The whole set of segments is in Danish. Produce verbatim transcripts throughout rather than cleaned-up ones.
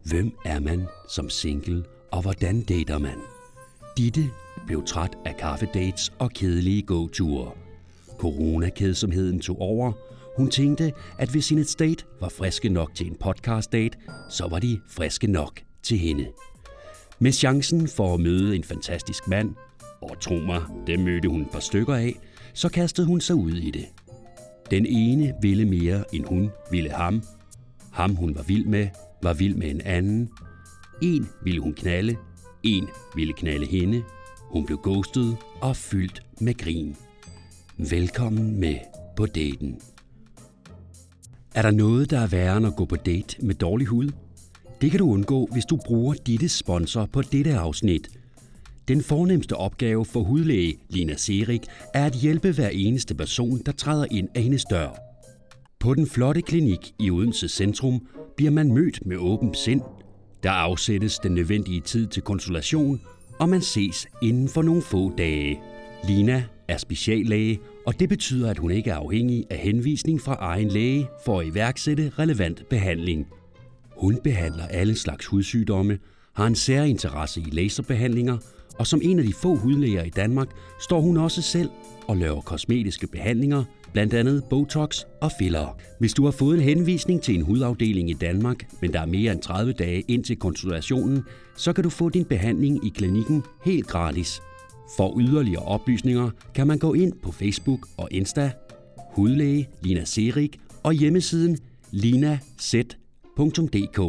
Hvem er man som single, og hvordan dater man? Ditte blev træt af kaffedates og kedelige gåture. Coronakedsomheden tog over. Hun tænkte, at hvis hendes date var friske nok til en podcast-date, så var de friske nok til hende. Med chancen for at møde en fantastisk mand, og tro mig, det mødte hun et par stykker af, så kastede hun sig ud i det. Den ene ville mere, end hun ville ham. Ham, hun var vild med, var vild med en anden. En ville hun knalde, en ville knalde hende. Hun blev ghostet og fyldt med grin. Velkommen med på daten. Er der noget, der er værre end at gå på date med dårlig hud? Det kan du undgå, hvis du bruger Dittes sponsor på dette afsnit. Den fornemste opgave for hudlæge Lina Serik er at hjælpe hver eneste person, der træder ind af hendes dør. På den flotte klinik i Odense Centrum bliver man mødt med åbent sind. Der afsættes den nødvendige tid til konsultation, og man ses inden for nogle få dage. Lina er speciallæge, og det betyder, at hun ikke er afhængig af henvisning fra egen læge for at iværksætte relevant behandling. Hun behandler alle slags hudsygdomme, har en særinteresse i laserbehandlinger, og som en af de få hudlæger i Danmark står hun også selv og laver kosmetiske behandlinger, blandt andet Botox og filler. Hvis du har fået en henvisning til en hudafdeling i Danmark, men der er mere end tredive dage ind til konsultationen, så kan du få din behandling i klinikken helt gratis. For yderligere oplysninger kan man gå ind på Facebook og Insta, hudlæge Lina Serik og hjemmesiden linaz punktum d k.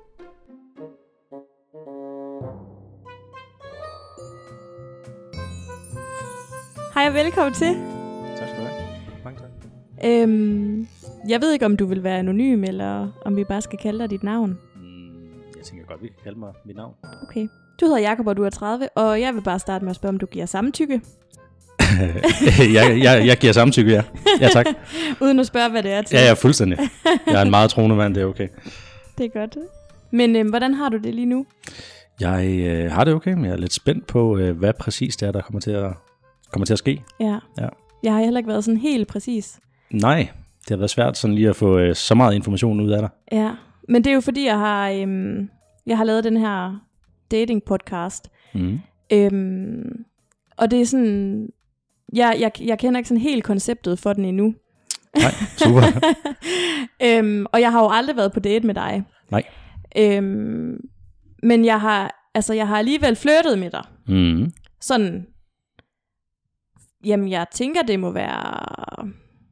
Hej og velkommen til. Tak skal du have. Mange tak. Øhm, jeg ved ikke, om du vil være anonym, eller om vi bare skal kalde dig dit navn. Mm, jeg tænker godt, vi kan kalde mig mit navn. Okay. Du hedder Jakob, og du er tredive, og jeg vil bare starte med at spørge, om du giver samtykke. jeg, jeg, jeg giver samtykke, ja. Ja, tak. Uden at spørge, hvad det er til. Ja, ja, fuldstændig. Jeg er en meget troende mand, det er okay. Det er godt. Men øhm, hvordan har du det lige nu? Jeg øh, har det okay, men jeg er lidt spændt på, øh, hvad præcis det er, der kommer til at, kommer til at ske. Ja. ja. Jeg har heller ikke været sådan helt præcis. Nej, det har været svært sådan lige at få øh, så meget information ud af dig. Ja, men det er jo fordi, jeg har, øhm, jeg har lavet den her dating podcast. Mm. Øhm, og det er sådan, jeg, jeg, jeg kender ikke sådan helt konceptet for den endnu. Nej, super. øhm, og jeg har jo aldrig været på date med dig. Nej. Øhm, men jeg har, altså jeg har alligevel flirtet med dig. Mm. Sådan, jamen jeg tænker, det må være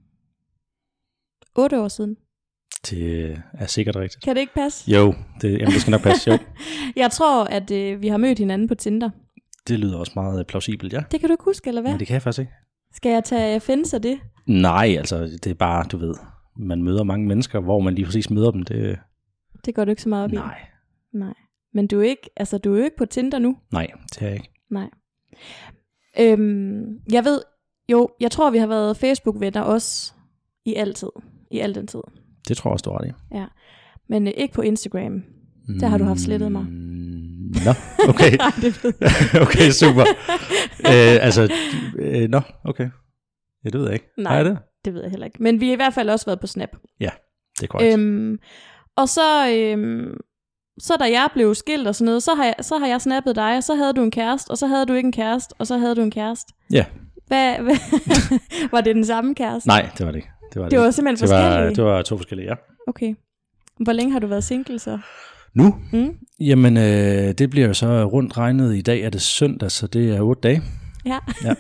otte år siden. Det er sikkert rigtigt. Kan det ikke passe? Jo, det, jamen, det skal nok passe, jo. Jeg tror, at øh, vi har mødt hinanden på Tinder. Det lyder også meget plausibelt, ja. Det kan du ikke huske, eller hvad? Men det kan jeg faktisk ikke. Skal jeg tage offense af det? Nej, altså det er bare, du ved, man møder mange mennesker, hvor man lige præcis møder dem. Det, det går du ikke så meget op nej. i? Nej. Men du er ikke, altså du er jo ikke på Tinder nu? Nej, det er jeg ikke. Nej. Øhm, jeg ved, jo, jeg tror, vi har været Facebook-venner også i altid. I al den tid. Det tror jeg også, du har det. Ja. Men øh, ikke på Instagram. Mm. Der har du haft slettet mig. Nå, okay. Nej, det ved jeg. Okay, super. øh, altså, øh, nå, okay. Ja, det ved jeg ikke. Nej, det? det ved jeg heller ikke. Men vi har i hvert fald også været på Snap. Ja, det er korrekt. Øhm, og så, øhm, så da jeg blev skilt og sådan noget, så har, jeg, så har jeg snappet dig, og så havde du en kæreste, og så havde du ikke en kæreste, og så havde du en kæreste. Ja. Hvad, hvad var det den samme kæreste? Nej, det var det ikke. Det var, det var simpelthen det forskellige? var, det var to forskellige, ja. Okay. Hvor længe har du været single så? Nu? Mm? Jamen, øh, det bliver jo så rundt regnet. I dag er det søndag, så det er otte dage. Ja. ja.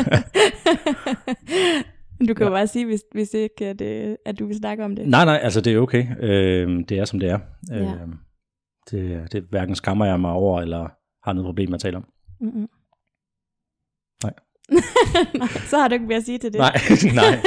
Du kan ja. jo bare sige, hvis, hvis ikke at, at du vil snakke om det. Nej, nej, altså det er okay. Øh, det er, som det er. Ja. Øh, det, det hverken skammer jeg mig over, eller har noget problem med at tale om. Mm-hmm. Nej. Nej, så har du ikke mere at sige til det. Nej, nej.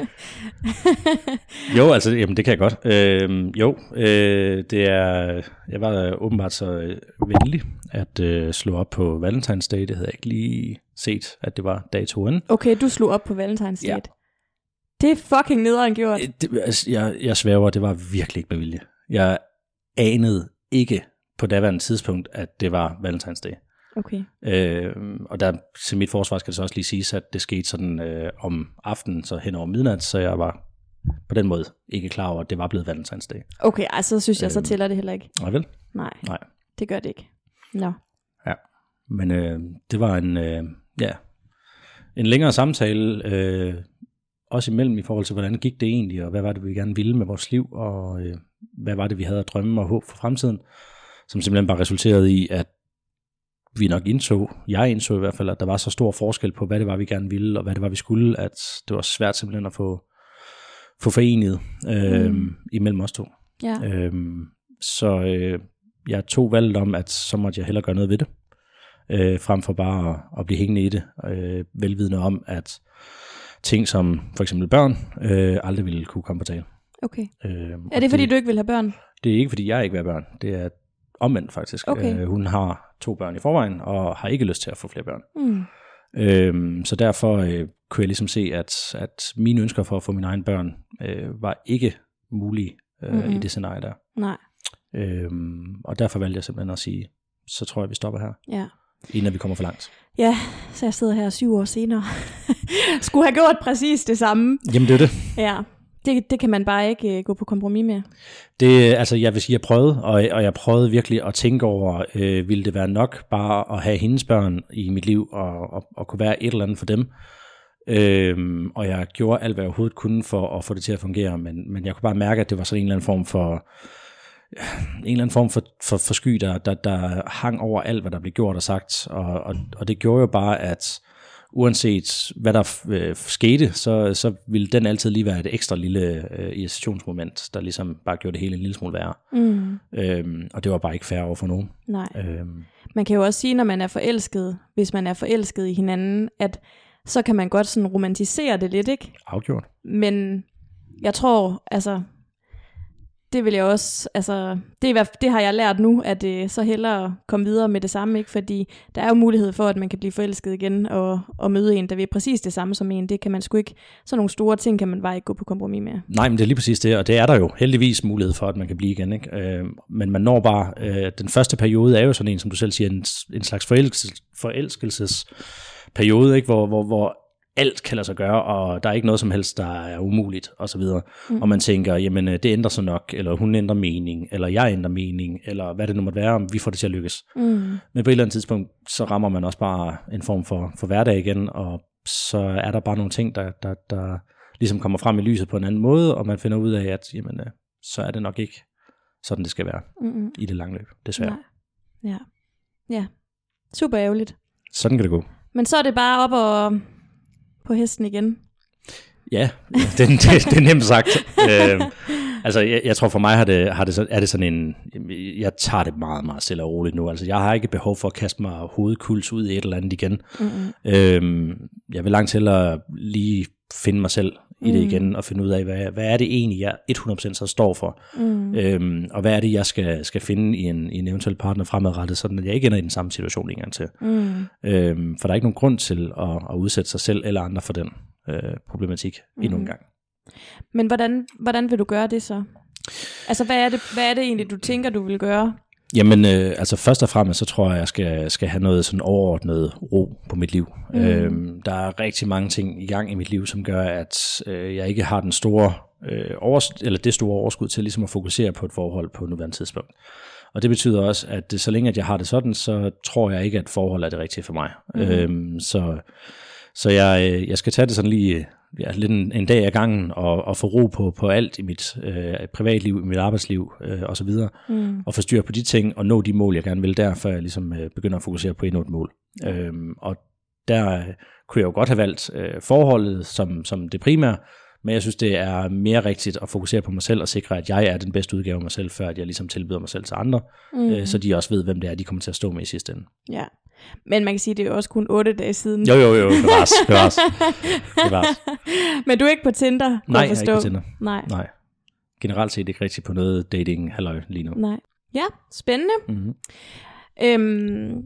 Jo, altså, jamen, det kan jeg godt. Øh, jo, øh, det er, jeg var åbenbart så venlig at øh, slå op på Valentine's Day. Det havde jeg ikke lige set, at det var datoen. Okay, du slog op på Valentine's Day. Ja. Det er fucking nederen gjort. Det, altså, jeg, jeg sværger, det var virkelig ikke med vilje. Jeg anede ikke på daværende tidspunkt, at det var Valentine's Day. Okay. Øh, og der til mit forsvar skal det så også lige siges, at det skete sådan øh, om aftenen, så hen over midnat, så jeg var på den måde ikke klar over, at det var blevet valentinsdag. Okay, altså så synes jeg, så Øhm, tæller det heller ikke. Nej vel? Nej, Nej. det gør det ikke. Nå. Ja, men øh, det var en, øh, ja, en længere samtale, øh, også imellem i forhold til, hvordan gik det egentlig, og hvad var det, vi gerne ville med vores liv, og øh, hvad var det, vi havde at drømme og håb for fremtiden, som simpelthen bare resulterede i, at vi nok indså, jeg indså i hvert fald, at der var så stor forskel på, hvad det var, vi gerne ville, og hvad det var, vi skulle, at det var svært simpelthen at få, få forenet øh, mm. imellem os to. Ja. Øh, så øh, jeg tog valget om, at så måtte jeg hellere gøre noget ved det, øh, frem for bare at, at blive hængende i det, øh, velvidende om, at ting som for eksempel børn, øh, aldrig ville kunne komme på tale. Okay. Øh, Er det fordi, du ikke vil have børn? Det er ikke fordi, jeg ikke vil have børn. Det er omvendt faktisk. Okay. Øh, hun har to børn i forvejen, og har ikke lyst til at få flere børn. Mm. Øh, så derfor øh, kunne jeg ligesom se, at, at mine ønsker for at få mine egne børn, øh, var ikke mulige øh, mm-hmm. i det scenarie der. Nej. Øh, og derfor valgte jeg simpelthen at sige, så tror jeg, vi stopper her. Ja. Inden vi kommer for langt. Ja, så jeg sidder her syv år senere. Skulle have gjort præcis det samme. Jamen det er det. Ja, det, det kan man bare ikke uh, gå på kompromis med. Det, altså jeg vil sige, jeg prøvede, og, og jeg prøvede virkelig at tænke over, øh, ville det være nok bare at have hendes børn i mit liv, og, og, og kunne være et eller andet for dem. Øhm, og jeg gjorde alt, hvad jeg overhovedet kunne for at få det til at fungere, men, men jeg kunne bare mærke, at det var sådan en eller anden form for, en eller anden form for, for, for sky, der, der, der hang over alt, hvad der blev gjort og sagt, og, og, og det gjorde jo bare, at uanset hvad der øh, skete, så, så ville den altid lige være et ekstra lille øh, irritationsmoment, der ligesom bare gjorde det hele en lille smule værre. Mm. Øhm, og det var bare ikke fair over for nogen. Nej. Øhm. Man kan jo også sige, når man er forelsket, hvis man er forelsket i hinanden, at så kan man godt sådan romantisere det lidt, ikke? Afgjort. Men jeg tror, altså, det vil jeg også, altså, det, er, i hvert fald- det har jeg lært nu, at det så hellere komme videre med det samme, ikke? Fordi der er jo mulighed for, at man kan blive forelsket igen, og, og møde en, der vil præcis det samme som en. Det kan man sgu ikke, sådan nogle store ting kan man bare ikke gå på kompromis med. Nej, men det er lige præcis det, og det er der jo heldigvis mulighed for, at man kan blive igen, ikke? Øh, men man når bare, øh, den første periode er jo sådan en, som du selv siger, en, en slags forelskelses, forelskelsesperiode, ikke? Hvor, hvor, hvor alt kan lade sig gøre, og der er ikke noget som helst, der er umuligt, og så videre. Mm. Og man tænker, jamen det ændrer sig nok, eller hun ændrer mening, eller jeg ændrer mening, eller hvad det nu måtte være, om vi får det til at lykkes. Mm. Men på et eller andet tidspunkt, så rammer man også bare en form for, for hverdag igen, og så er der bare nogle ting, der, der, der ligesom kommer frem i lyset på en anden måde, og man finder ud af, at jamen, så er det nok ikke sådan, det skal være mm. i det lange løb, desværre. Nej. Ja. Ja. Super ærgerligt. Sådan kan det gå. Men så er det bare op og på hesten igen. Ja, det, det, det er nemt sagt. øh, altså, jeg, jeg tror for mig har det, har det, så, er det sådan en, jeg tager det meget, meget stille og roligt nu. Altså, jeg har ikke behov for at kaste mig hovedkuls ud i et eller andet igen. Mm-hmm. Øh, jeg vil langt hellere lige finde mig selv i det igen, og finde ud af, hvad, hvad er det egentlig, jeg hundrede procent så står for, mm. øhm, og hvad er det, jeg skal, skal finde i en, i en eventuel partner fremadrettet, sådan at jeg ikke ender i den samme situation en gang til. Mm. Øhm, for der er ikke nogen grund til at, at udsætte sig selv eller andre for den øh, problematik mm. endnu en gang. Men hvordan, hvordan vil du gøre det så? Altså, hvad er det, hvad er det egentlig, du tænker, du vil gøre? Jamen, øh, altså først og fremmest, så tror jeg, jeg skal, skal have noget sådan overordnet ro på mit liv. Mm. Øhm, der er rigtig mange ting i gang i mit liv, som gør, at øh, jeg ikke har den store, øh, overs- eller det store overskud til ligesom at fokusere på et forhold på nuværende tidspunkt. Og det betyder også, at det, så længe at jeg har det sådan, så tror jeg ikke, at forhold er det rigtige for mig. Mm. Øhm, så så jeg, jeg skal tage det sådan lige ja, lidt en, en dag ad gangen, og, og få ro på, på alt i mit øh, privatliv, i mit arbejdsliv øh, og så videre, mm. og få styr på de ting, og nå de mål, jeg gerne vil der, før jeg ligesom øh, begynder at fokusere på endnu et mål. Mm. Øhm, og der øh, kunne jeg jo godt have valgt øh, forholdet som, som det primære, men jeg synes, det er mere rigtigt at fokusere på mig selv, og sikre, at jeg er den bedste udgave af mig selv, før at jeg ligesom tilbyder mig selv til andre, mm. øh, så de også ved, hvem det er, de kommer til at stå med i sidste ende. Ja. Men man kan sige, det er jo også kun otte dage siden. Jo, jo, jo, bevares, bevares. bevares. Men du er ikke på Tinder? Nej, jeg er ikke på Tinder. Nej. Nej. Generelt set ikke rigtig på noget dating halløj lige nu. Nej. Ja, spændende. Mm-hmm. Øhm,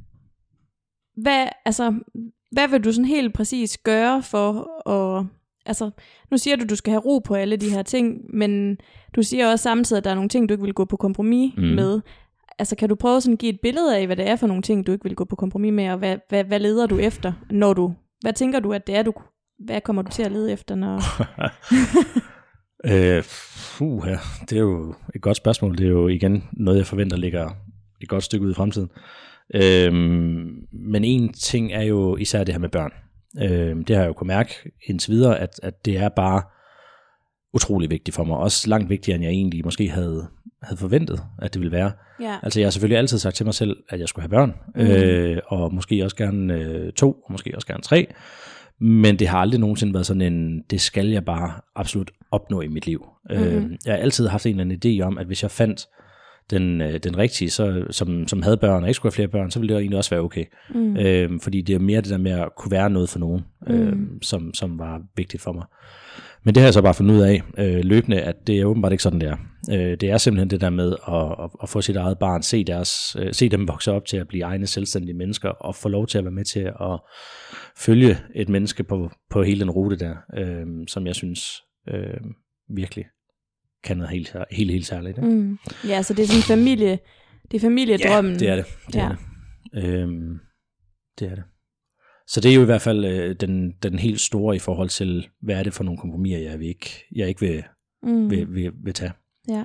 hvad, altså, hvad vil du sådan helt præcis gøre for at... Altså, nu siger du, du skal have ro på alle de her ting, men du siger også samtidig, at der er nogle ting, du ikke vil gå på kompromis mm. med. Altså, kan du prøve sådan at give et billede af, hvad det er for nogle ting, du ikke vil gå på kompromis med, og hvad, hvad, hvad leder du efter, når du... Hvad tænker du, at det er, du... Hvad kommer du til at lede efter, når... Øh, uh, ja. Det er jo et godt spørgsmål. Det er jo igen noget, jeg forventer ligger et godt stykke ud i fremtiden. Øh, men en ting er jo især det her med børn. Øh, det har jeg jo kunnet mærke indtil videre, at, at det er bare utrolig vigtigt for mig. Også langt vigtigere, end jeg egentlig måske havde, havde forventet, at det ville være. Ja. Altså jeg har selvfølgelig altid sagt til mig selv, at jeg skulle have børn. Mm. Øh, og måske også gerne øh, to, og måske også gerne tre. Men det har aldrig nogensinde været sådan en, det skal jeg bare absolut opnå i mit liv. Mm-hmm. Øh, jeg har altid haft en eller anden idé om, at hvis jeg fandt den, den rigtige, så, som, som havde børn og ikke skulle have flere børn, så ville det egentlig også være okay. Mm. Øh, fordi det er mere det der med at kunne være noget for nogen, mm. øh, som, som var vigtigt for mig. Men det har jeg så bare fundet ud af øh, løbende, at det er åbenbart ikke sådan, det er. Øh, det er simpelthen det der med at, at, at få sit eget barn, se, deres, øh, se dem vokse op til at blive egne selvstændige mennesker, og få lov til at være med til at følge et menneske på, på hele den rute der, øh, som jeg synes øh, virkelig kan noget helt, helt, helt særligt. Ikke? Mm. Ja, så det er sådan familie, det er familiedrømmen. Ja, det er det. Det, ja. er det. Øh, det er det. Så det er jo i hvert fald øh, den, den helt store i forhold til, hvad er det for nogle kompromiser, jeg, vil ikke, jeg ikke vil, mm. vil, vil, vil tage. Ja.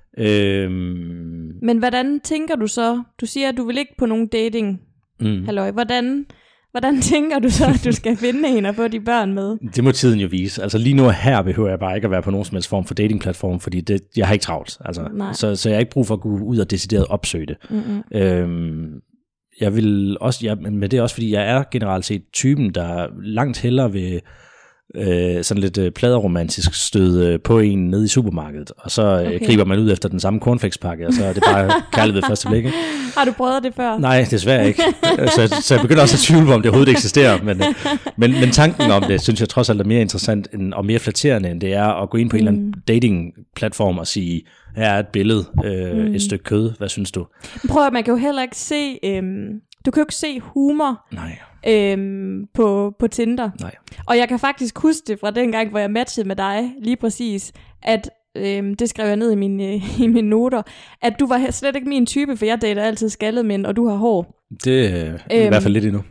Øhm, Men hvordan tænker du så? Du siger, at du vil ikke på nogen dating. Mm. Halløj. Hvordan, hvordan tænker du så, at du skal finde en og få de børn med? Det må tiden jo vise. Altså lige nu og her behøver jeg bare ikke at være på nogen som helst form for datingplatform, fordi det, jeg har ikke travlt. Altså, så, så jeg har ikke brug for at gå ud og decideret opsøge det. Mm-hmm. Øhm, Jeg vil også, ja, men det er også fordi, jeg er generelt set typen, der langt hellere vil øh, sådan lidt øh, pladeromantisk støde øh, på en nede i supermarkedet, og så øh, okay. griber man ud efter den samme cornflakespakke, og så er det bare kærlighed ved første blik. Ikke? Har du prøvet det før? Nej, desværre ikke. Så, så jeg begynder også at tvivle på, om det overhovedet eksisterer, men, men, men tanken om det, synes jeg trods alt er mere interessant end, og mere flatterende, end det er at gå ind på mm. en eller anden datingplatform og sige, her er et billede, øh, mm. et stykke kød, hvad synes du? Prøv at man kan jo heller ikke se, øhm, du kan jo ikke se humor Nej. Øhm, på, på Tinder. Nej. Og jeg kan faktisk huske det fra den gang, hvor jeg matchede med dig, lige præcis, at øhm, det skrev jeg ned i mine, øh, i mine noter, at du var slet ikke min type, for jeg dater altid skaldet mænd, og du har hår. Det er øhm, i hvert fald lidt endnu.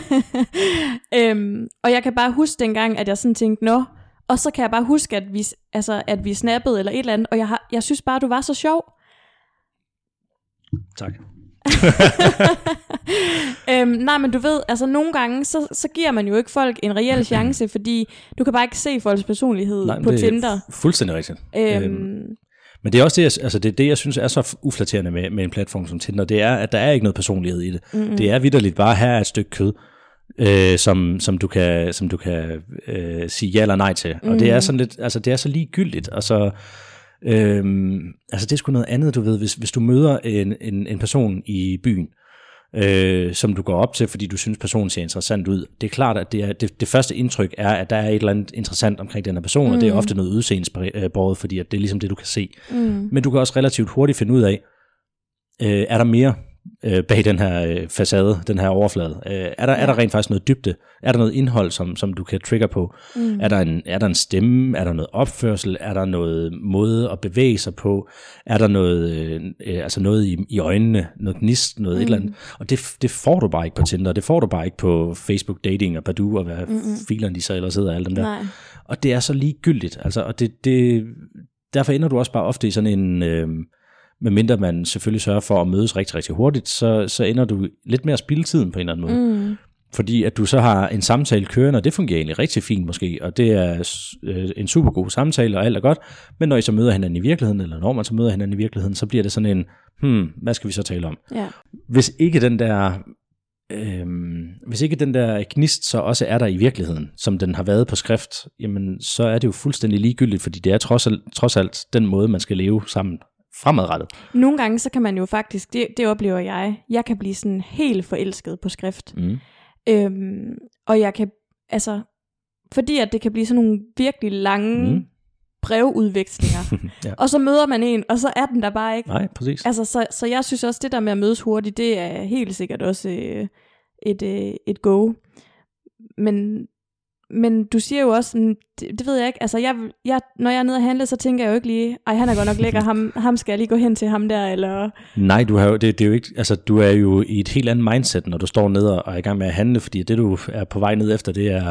Ja. øhm, og jeg kan bare huske dengang, at jeg sådan tænkte, nå, og så kan jeg bare huske, at vi, altså, at vi snappede eller et eller andet, og jeg, har, jeg synes bare, du var så sjov. Tak. øhm, nej, men du ved, altså nogle gange, så, så giver man jo ikke folk en reel chance, fordi du kan bare ikke se folks personlighed nej, på Tinder. Det er fuldstændig rigtigt. Øhm, øhm, men det er også det, jeg, altså det, det, jeg synes er så uflatterende med, med en platform som Tinder, det er, at der er ikke noget personlighed i det. Mm-hmm. Det er vitterligt bare, her er et stykke kød, øh, som, som du kan, som du kan øh, sige ja eller nej til. Mm-hmm. Og det er sådan lidt, altså det er så ligegyldigt, og så Øhm, altså det er sgu noget andet, du ved, hvis, hvis du møder en, en, en person i byen, øh, som du går op til, fordi du synes personen ser interessant ud. Det er klart, at det, er, det, det første indtryk er, at der er et eller andet interessant omkring den her person, mm. og det er ofte noget udseendsbåret, fordi at det er ligesom det, du kan se. Mm. Men du kan også relativt hurtigt finde ud af, øh, er der mere øh, bag den her øh, facade, den her overflade? Øh, er, der, ja. er der rent faktisk noget dybde? Er der noget indhold, som, som du kan trigger på? Mm. Er, der en, er der en stemme? Er der noget opførsel? Er der noget måde at bevæge sig på? Er der noget, øh, altså noget i, i øjnene? Noget gnist? Noget mm. et eller andet? Og det, det får du bare ikke på Tinder. Det får du bare ikke på Facebook Dating og Badoo og hvad mm-hmm. filerne de så ellers sidder alle dem der. Nej. Og det er så ligegyldigt. Altså, og det, det, derfor ender du også bare ofte i sådan en... Øh, medmindre man selvfølgelig sørger for at mødes rigtig, rigtig hurtigt, så, så ender du lidt mere at spilde tiden på en eller anden måde. Mm. Fordi at du så har en samtale kørende, og det fungerer egentlig rigtig fint måske, og det er øh, en super god samtale, og alt er godt, men når I så møder hinanden i virkeligheden, eller når man så møder hinanden i virkeligheden, så bliver det sådan en, hmm, hvad skal vi så tale om? Ja. Hvis ikke den der... Øhm, hvis ikke den der gnist så også er der i virkeligheden, som den har været på skrift, jamen så er det jo fuldstændig ligegyldigt, fordi det er trods alt, trods alt den måde, man skal leve sammen fremadrettet. Nogle gange, så kan man jo faktisk, det, det oplever jeg, jeg kan blive sådan helt forelsket på skrift. Mm. Øhm, og jeg kan, altså, fordi at det kan blive sådan nogle virkelig lange mm. brevudvekslinger. Ja. Og så møder man en, og så er den der bare ikke. Nej, præcis. Altså, så, så jeg synes også, det der med at mødes hurtigt, det er helt sikkert også øh, et, øh, et go. Men... Men du siger jo også, det, det ved jeg ikke, altså jeg, jeg, når jeg er nede og handle, så tænker jeg jo ikke lige, ej han er godt nok lækker, ham, ham skal jeg lige gå hen til ham der, eller... Nej, du, har jo, det, det er jo ikke, altså, du er jo i et helt andet mindset, når du står nede og er i gang med at handle, fordi det du er på vej ned efter, det er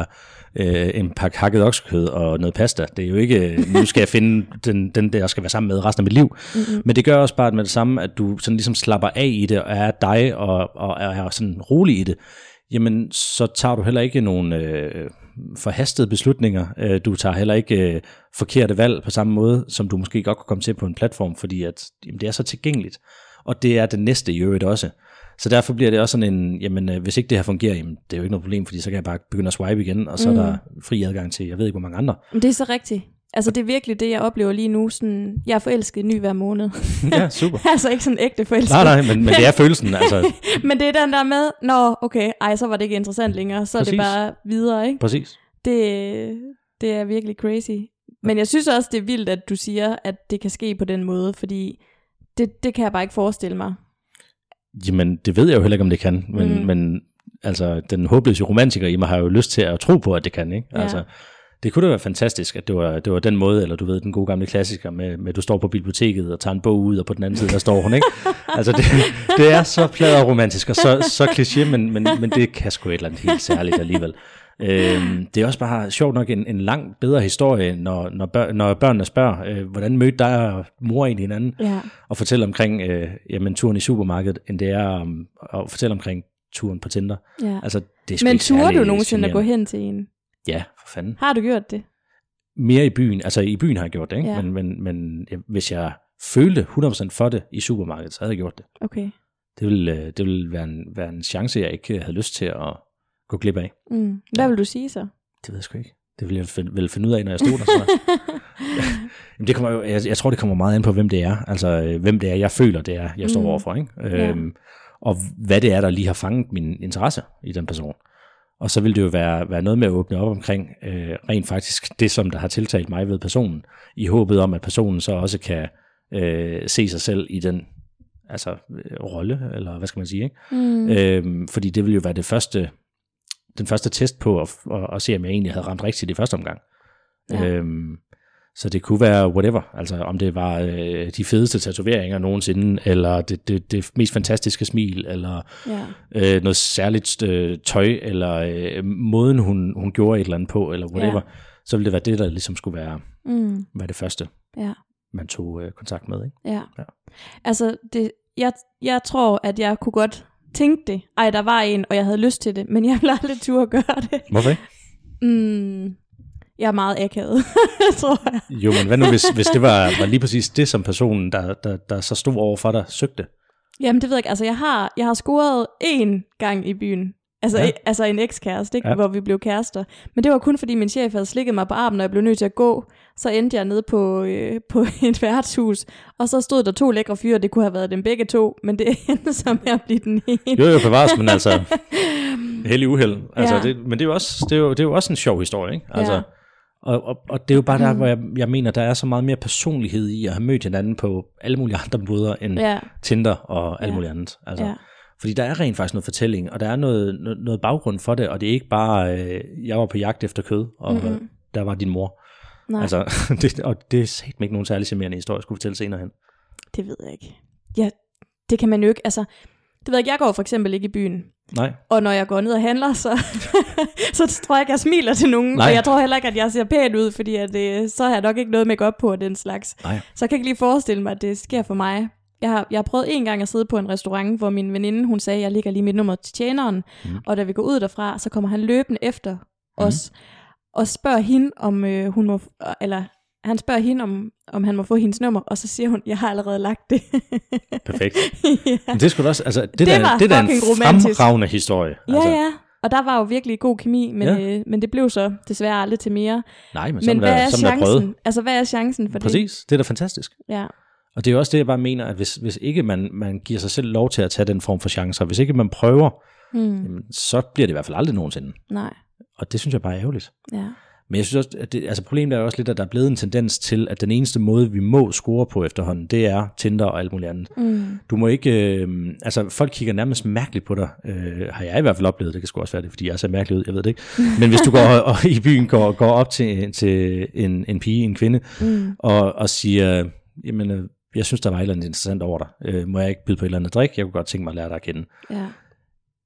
øh, en pakke hakket oksekød og noget pasta. Det er jo ikke, nu skal jeg finde den, den der, jeg skal være sammen med resten af mit liv. Mm-hmm. Men det gør også bare med det samme, at du sådan ligesom slapper af i det, og er dig, og, og er sådan rolig i det. Jamen, så tager du heller ikke nogen øh, forhastede beslutninger. Øh, du tager heller ikke øh, forkerte valg på samme måde, som du måske godt kunne komme til på en platform, fordi at, jamen, det er så tilgængeligt. Og det er det næste i øvrigt også. Så derfor bliver det også sådan en, jamen øh, hvis ikke det her fungerer, jamen det er jo ikke noget problem, fordi så kan jeg bare begynde at swipe igen, og så mm. er der fri adgang til, jeg ved ikke hvor mange andre. Det er så rigtigt. Altså det er virkelig det, jeg oplever lige nu. Sådan, jeg er forelsket ny hver måned. Ja, super. Altså ikke sådan ægte forelsket. Nej, nej, men, men det er følelsen. Altså. Men det er den der med, nå okay, ej, så var det ikke interessant længere, så Præcis. Er det bare videre, ikke? Præcis. Det, det er virkelig crazy. Men jeg synes også, det er vildt, at du siger, at det kan ske på den måde, fordi det, det kan jeg bare ikke forestille mig. Jamen, det ved jeg jo heller ikke, om det kan, men, mm. men altså, den håbløse romantiker i mig har jo lyst til at tro på, at det kan, ikke? Ja. Altså, det kunne da være fantastisk, at det var, det var den måde, eller du ved, den gode gamle klassiker med, med, at du står på biblioteket og tager en bog ud, og på den anden side, der står hun, ikke? Altså, det, det er så plader romantisk, og så, så kliché, men, men, men det kan sgu et eller andet helt særligt alligevel. Øhm, det er også bare sjovt nok en, en langt bedre historie, når, når, bør, når børnene spørger, øh, hvordan mødte dig og mor egentlig hinanden, ja. Og fortælle omkring øh, jamen, turen i supermarkedet, end det er um, at fortælle omkring turen på Tinder. Ja. Altså, det er sgu Men ikke turer du nogensinde generende. at gå hen til en? Ja, for fanden. Har du gjort det? Mere i byen, altså i byen har jeg gjort det, ikke? Ja. Men, men, men ja, hvis jeg følte hundrede procent for det i supermarkedet, så havde jeg gjort det. Okay. Det ville, det ville være, en, være en chance, jeg ikke havde lyst til at gå glip af. Mm. Hvad vil du sige så? Det ved jeg sgu ikke. Det vil jeg finde, vel finde ud af, når jeg stod der. Så. Jamen, det kommer jo, jeg, jeg tror, det kommer meget an på, hvem det er. Altså, hvem det er, jeg føler, det er, jeg står mm. overfor. Ikke? Ja. Øhm, og hvad det er, der lige har fanget min interesse i den person. Og så vil det jo være, være noget med at åbne op omkring øh, rent faktisk det, som der har tiltalt mig ved personen, i håbet om, at personen så også kan øh, se sig selv i den altså, øh, rolle, eller hvad skal man sige. Ikke? Mm. Øhm, fordi det vil jo være det første... den første test på at, at, at se, om jeg egentlig havde ramt rigtigt i første omgang. Ja. Øhm, så det kunne være whatever, altså om det var øh, de fedeste tatoveringer nogensinde, eller det, det, det mest fantastiske smil, eller ja. øh, noget særligt øh, tøj, eller øh, måden hun, hun gjorde et eller andet på, eller whatever. Ja. Så ville det være det, der ligesom skulle være, mm. være det første, ja. man tog øh, kontakt med. Ikke? Ja. Ja. Altså, det, jeg, jeg tror, at jeg kunne godt tænkte det. Ej, der var en, og jeg havde lyst til det, men jeg ville aldrig turde at gøre det. Hvorfor ikke? Mm, jeg er meget akavet, tror jeg. Jo, men hvad nu, hvis, hvis det var, var lige præcis det, som personen, der, der, der så stod over for dig, søgte? Jamen, det ved jeg ikke. Altså, jeg har, jeg har scoret én gang i byen. Altså, ja. e- altså en ekskæreste, ikke? Ja. Hvor vi blev kærester. Men det var kun fordi min chef havde slikket mig på armen, og jeg blev nødt til at gå. Så endte jeg nede på, øh, på et værtshus, og så stod der to lækre fyre, det kunne have været dem begge to, men det endte så med at blive den ene. Jo, jo, bevares, men altså, heldig uheld. Altså, Ja. det, men det er, jo også, det, er jo, det er jo også en sjov historie, ikke? Altså, Ja. og, og, og det er jo bare der, hvor jeg, jeg mener, der er så meget mere personlighed i at have mødt hinanden på alle mulige andre måder end Ja. Tinder og alt Ja. muligt andet. Altså, Ja. Fordi der er rent faktisk noget fortælling, og der er noget, noget, noget baggrund for det, og det er ikke bare, øh, jeg var på jagt efter kød, og Mhm. mm-hmm. der var din mor. Nej, altså, Altså, det, og det er satme ikke nogen særlig charmerende historie, jeg skulle fortælle senere hen. det ved jeg ikke. Ja, det kan man jo ikke, altså, det ved jeg ikke, jeg går for eksempel ikke i byen. Nej. Og når jeg går ned og handler, så, så tror jeg ikke, jeg smiler til nogen. Nej. Og jeg tror heller ikke, at jeg ser pænt ud, fordi at det, så har jeg nok ikke noget make op på og den slags. Nej. Så jeg kan ikke lige forestille mig, at det sker for mig. Jeg har, jeg har prøvet en gang at sidde på en restaurant, hvor min veninde, hun sagde, jeg ligger lige mit nummer til tjeneren. Mm. Og da vi går ud derfra, så kommer han løbende efter mm. os, og spørger hende, om øh, hun må, eller han spørger hende, om, om han må få hendes nummer, og så siger hun, jeg har allerede lagt det. Perfekt. Ja. Men det skulle også, altså, det, Det der, var det der er en fucking romantisk. fremragende historie. Ja, altså. ja. Og der var jo virkelig god kemi, men, Ja. øh, men det blev så desværre aldrig til mere. Nej, men sådan Men hvad der, er sådan der prøvet. chancen? Altså, hvad er chancen for Præcis, det er da fantastisk. det? Ja. Og det er jo også det, jeg bare mener, at hvis, hvis ikke man, man giver sig selv lov til at tage den form for chancer, hvis ikke man prøver, Hmm. jamen, så bliver det i hvert fald aldrig nogensinde. Nej. Og det synes jeg bare er ærgerligt. Ja. Men jeg synes også, at det, altså problemet er jo også lidt, at der er blevet en tendens til, at den eneste måde, vi må score på efterhånden, det er Tinder og alt muligt andet. Mm. Du må ikke, øh, altså folk kigger nærmest mærkeligt på dig, øh, har jeg i hvert fald oplevet, det kan sgu også være det, fordi jeg ser mærkelig ud, jeg ved det ikke. Men hvis du går og, i byen går, går op til, til en, en pige, en kvinde, Mm. og, og siger, jamen, øh, jeg synes, der var et eller andet interessant over dig, øh, må jeg ikke byde på et eller andet drik, jeg kunne godt tænke mig at lære dig at kende. Ja.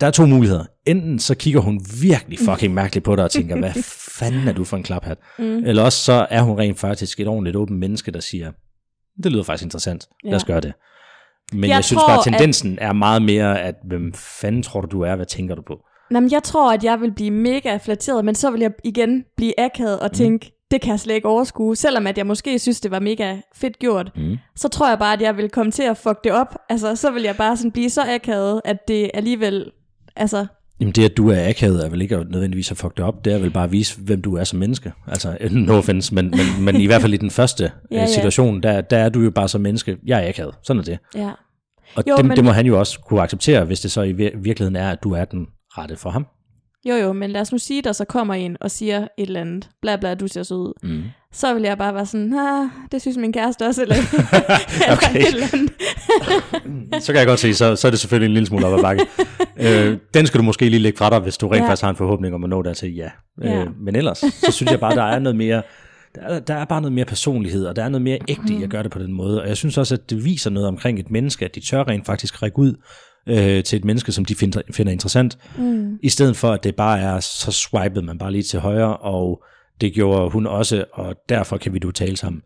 der er to muligheder. Enten så kigger hun virkelig fucking mærkeligt på dig og tænker, hvad fanden er du for en klaphat? Mm. Eller også så er hun rent faktisk et ordentligt åbent menneske, der siger, det lyder faktisk interessant, lad os gøre det. Men jeg, jeg synes tror, bare, at tendensen at... er meget mere, at hvem fanden tror du, du er, hvad tænker du på? Jamen, jeg tror, at jeg vil blive mega flatteret, men så vil jeg igen blive akavet og tænke, mm. det kan jeg slet ikke overskue. Selvom at jeg måske synes, det var mega fedt gjort, mm. så tror jeg bare, at jeg vil komme til at fuck det op. Altså, så vil jeg bare sådan blive så akavet, at det alligevel, altså... Jamen det, at du er akavet, er vel ikke nødvendigvis at fuck det op, det er vel bare at vise, hvem du er som menneske. Altså, no offense, men, men, men i hvert fald i den første ja, ja. situation, der, der er du jo bare som menneske, jeg er akavet, sådan er det. Ja. Og jo, det, men... det må han jo også kunne acceptere, hvis det så i virkeligheden er, at du er den rette for ham. Jo jo, men lad os nu sige, der så kommer en og siger et eller andet, bla bla, du ser så ud. Mm. Så vil jeg bare være sådan, ah, det synes min kæreste også, eller, okay. eller et eller andet. Så kan jeg godt se, så, så er det selvfølgelig en lille smule op ad bakke. øh, den skal du måske lige lægge fra dig, hvis du rent ja. faktisk har en forhåbning om at nå dertil, ja. ja. Øh, men ellers, så synes jeg bare, der er noget mere, der er, der er bare noget mere personlighed, og der er noget mere ægte i at gøre det på den måde. Og jeg synes også, at det viser noget omkring et menneske, at de tør rent faktisk række ud øh, til et menneske, som de finder, finder interessant, mm. i stedet for, at det bare er, så swipet man bare lige til højre, og det gjorde hun også, og derfor kan vi nu tale sammen.